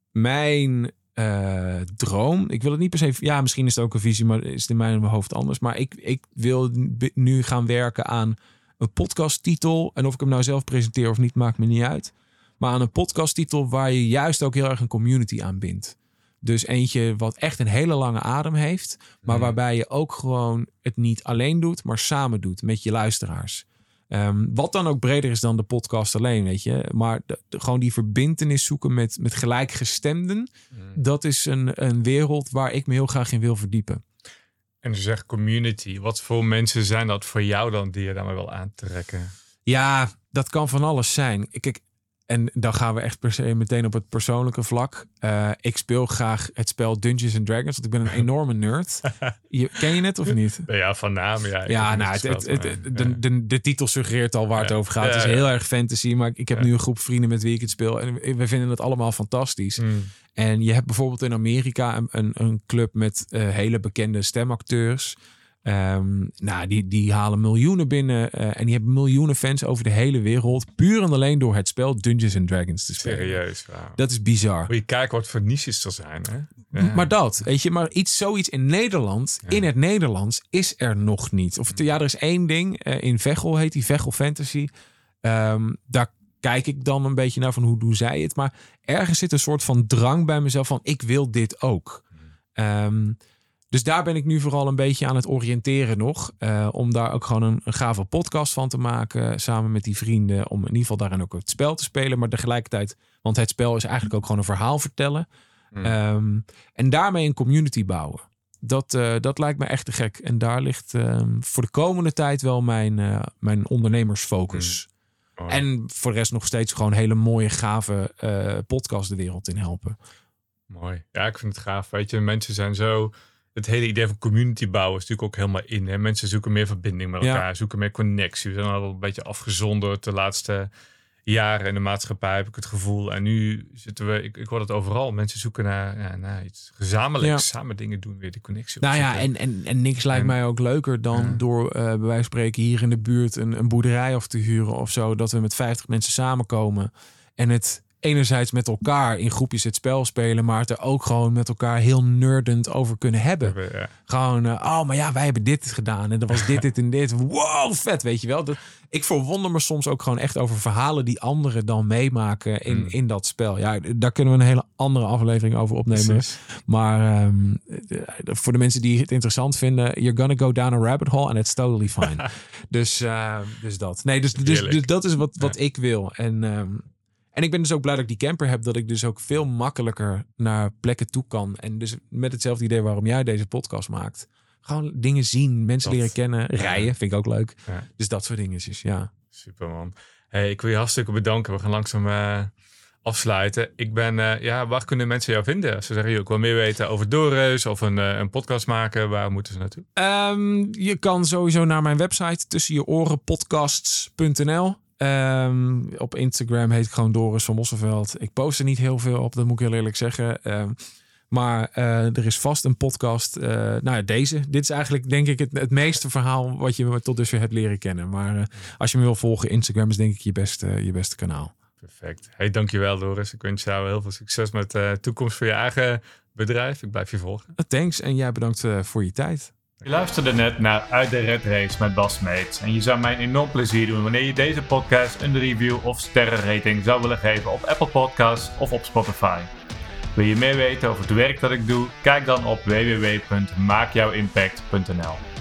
mijn uh, droom, ik wil het niet per se, ja, misschien is het ook een visie, maar is het in mijn hoofd anders. Maar ik, ik wil nu gaan werken aan een podcasttitel. En of ik hem nou zelf presenteer of niet, maakt me niet uit. Maar aan een podcasttitel waar je juist ook heel erg een community aan bindt. Dus eentje wat echt een hele lange adem heeft. Maar Hmm. waarbij je ook gewoon het niet alleen doet, maar samen doet met je luisteraars. Um, wat dan ook breder is dan de podcast alleen, weet je. Maar de, de, gewoon die verbintenis zoeken met, met gelijkgestemden. Hmm. Dat is een, een wereld waar ik me heel graag in wil verdiepen. En je zegt community. Wat voor mensen zijn dat voor jou dan die je daarmee wil aantrekken? Ja, dat kan van alles zijn. Kijk, en dan gaan we echt per se meteen op het persoonlijke vlak. Uh, ik speel graag het spel Dungeons and Dragons, want ik ben een enorme nerd. Je, ken je het of niet? Ja, van naam. Ja, ik Ja, heb nou, niet het, het, gespeeld, het, maar, de, ja. de, de titel suggereert al waar het Ja. over gaat. Ja, het is ja. heel erg fantasy, maar ik heb Ja. nu een groep vrienden met wie ik het speel. En we vinden het allemaal fantastisch. Hmm. En je hebt bijvoorbeeld in Amerika een, een, een club met uh, hele bekende stemacteurs. Um, nou, die, die halen miljoenen binnen. Uh, en die hebben miljoenen fans over de hele wereld. Puur en alleen door het spel Dungeons and Dragons te spelen. Serieus, wow. Dat is bizar. Moet je kijken wat voor niches er zijn, hè? Ja. Maar dat, weet je, maar iets, zoiets in Nederland, ja. in het Nederlands, is er nog niet. Of ja, er is één ding, uh, in Veghel heet die, Veghel Fantasy. Um, daar kijk ik dan een beetje naar van hoe doen zij het. Maar ergens zit een soort van drang bij mezelf van ik wil dit ook. Um, dus daar ben ik nu vooral een beetje aan het oriënteren nog. Uh, om daar ook gewoon een, een gave podcast van te maken. Samen met die vrienden. Om in ieder geval daarin ook het spel te spelen. Maar tegelijkertijd, want het spel is eigenlijk ook gewoon een verhaal vertellen. Mm. Um, en daarmee een community bouwen. Dat, uh, dat lijkt me echt te gek. En daar ligt um, voor de komende tijd wel mijn, uh, mijn ondernemersfocus. Mm. Oh. En voor de rest nog steeds gewoon hele mooie, gave uh, podcasts de wereld in helpen. Mooi. Ja, ik vind het gaaf. Weet je, mensen zijn zo... Het hele idee van community bouwen is natuurlijk ook helemaal in. Hè? Mensen zoeken meer verbinding met elkaar, ja. zoeken meer connectie. We zijn al een beetje afgezonderd de laatste jaren in de maatschappij, heb ik het gevoel. En nu zitten we, ik, ik hoor het overal. Mensen zoeken naar, ja, naar iets gezamenlijks, ja. samen dingen doen, weer die connectie Nou opzetten. ja, en, en, en niks lijkt en, mij ook leuker dan ja. door, uh, bij wijze van spreken, hier in de buurt een, een boerderij af te huren of zo. Dat we met vijftig mensen samenkomen en het enerzijds met elkaar in groepjes het spel spelen, maar het er ook gewoon met elkaar heel nerdend over kunnen hebben. Ja, ja. Gewoon, uh, oh, maar ja, wij hebben dit gedaan en er was dit, dit en dit. Wow, vet, weet je wel. Dat, ik verwonder me soms ook gewoon echt over verhalen die anderen dan meemaken in, hmm. in dat spel. Ja, daar kunnen we een hele andere aflevering over opnemen. Precies. Maar um, voor de mensen die het interessant vinden, you're gonna go down a rabbit hole and it's totally fine. dus, uh, dus dat. Nee, dus, dus, dus dat is wat, wat ja. ik wil. En um, En ik ben dus ook blij dat ik die camper heb. Dat ik dus ook veel makkelijker naar plekken toe kan. En dus met hetzelfde idee waarom jij deze podcast maakt. Gewoon dingen zien, mensen dat, leren kennen. Rijden, ja. vind ik ook leuk. Ja. Dus dat soort dingetjes, ja. Super man. Hey, ik wil je hartstikke bedanken. We gaan langzaam uh, afsluiten. Ik ben, uh, ja, waar kunnen mensen jou vinden? Als ze zeggen, ik wil meer weten over Doris of een, uh, een podcast maken. Waar moeten ze naartoe? Um, je kan sowieso naar mijn website tussen je oren podcasts punt n l. Um, op Instagram heet ik gewoon Doris van Mosselveld. Ik post er niet heel veel op, dat moet ik heel eerlijk zeggen. Um, maar uh, er is vast een podcast. Uh, nou ja, deze. Dit is eigenlijk denk ik het, het meeste verhaal wat je tot dusver hebt leren kennen. Maar uh, als je me wil volgen, Instagram is denk ik je beste, je beste kanaal. Perfect. Hey, dankjewel Doris. Ik wens jou heel veel succes met de uh, toekomst voor je eigen bedrijf. Ik blijf je volgen. Uh, thanks en jij bedankt uh, voor je tijd. Je luisterde net naar Uit de Red Race met Bas Smeets. En je zou mij een enorm plezier doen wanneer je deze podcast een review of sterrenrating zou willen geven op Apple Podcasts of op Spotify. Wil je meer weten over het werk dat ik doe? Kijk dan op w w w punt maak jou impact punt n l.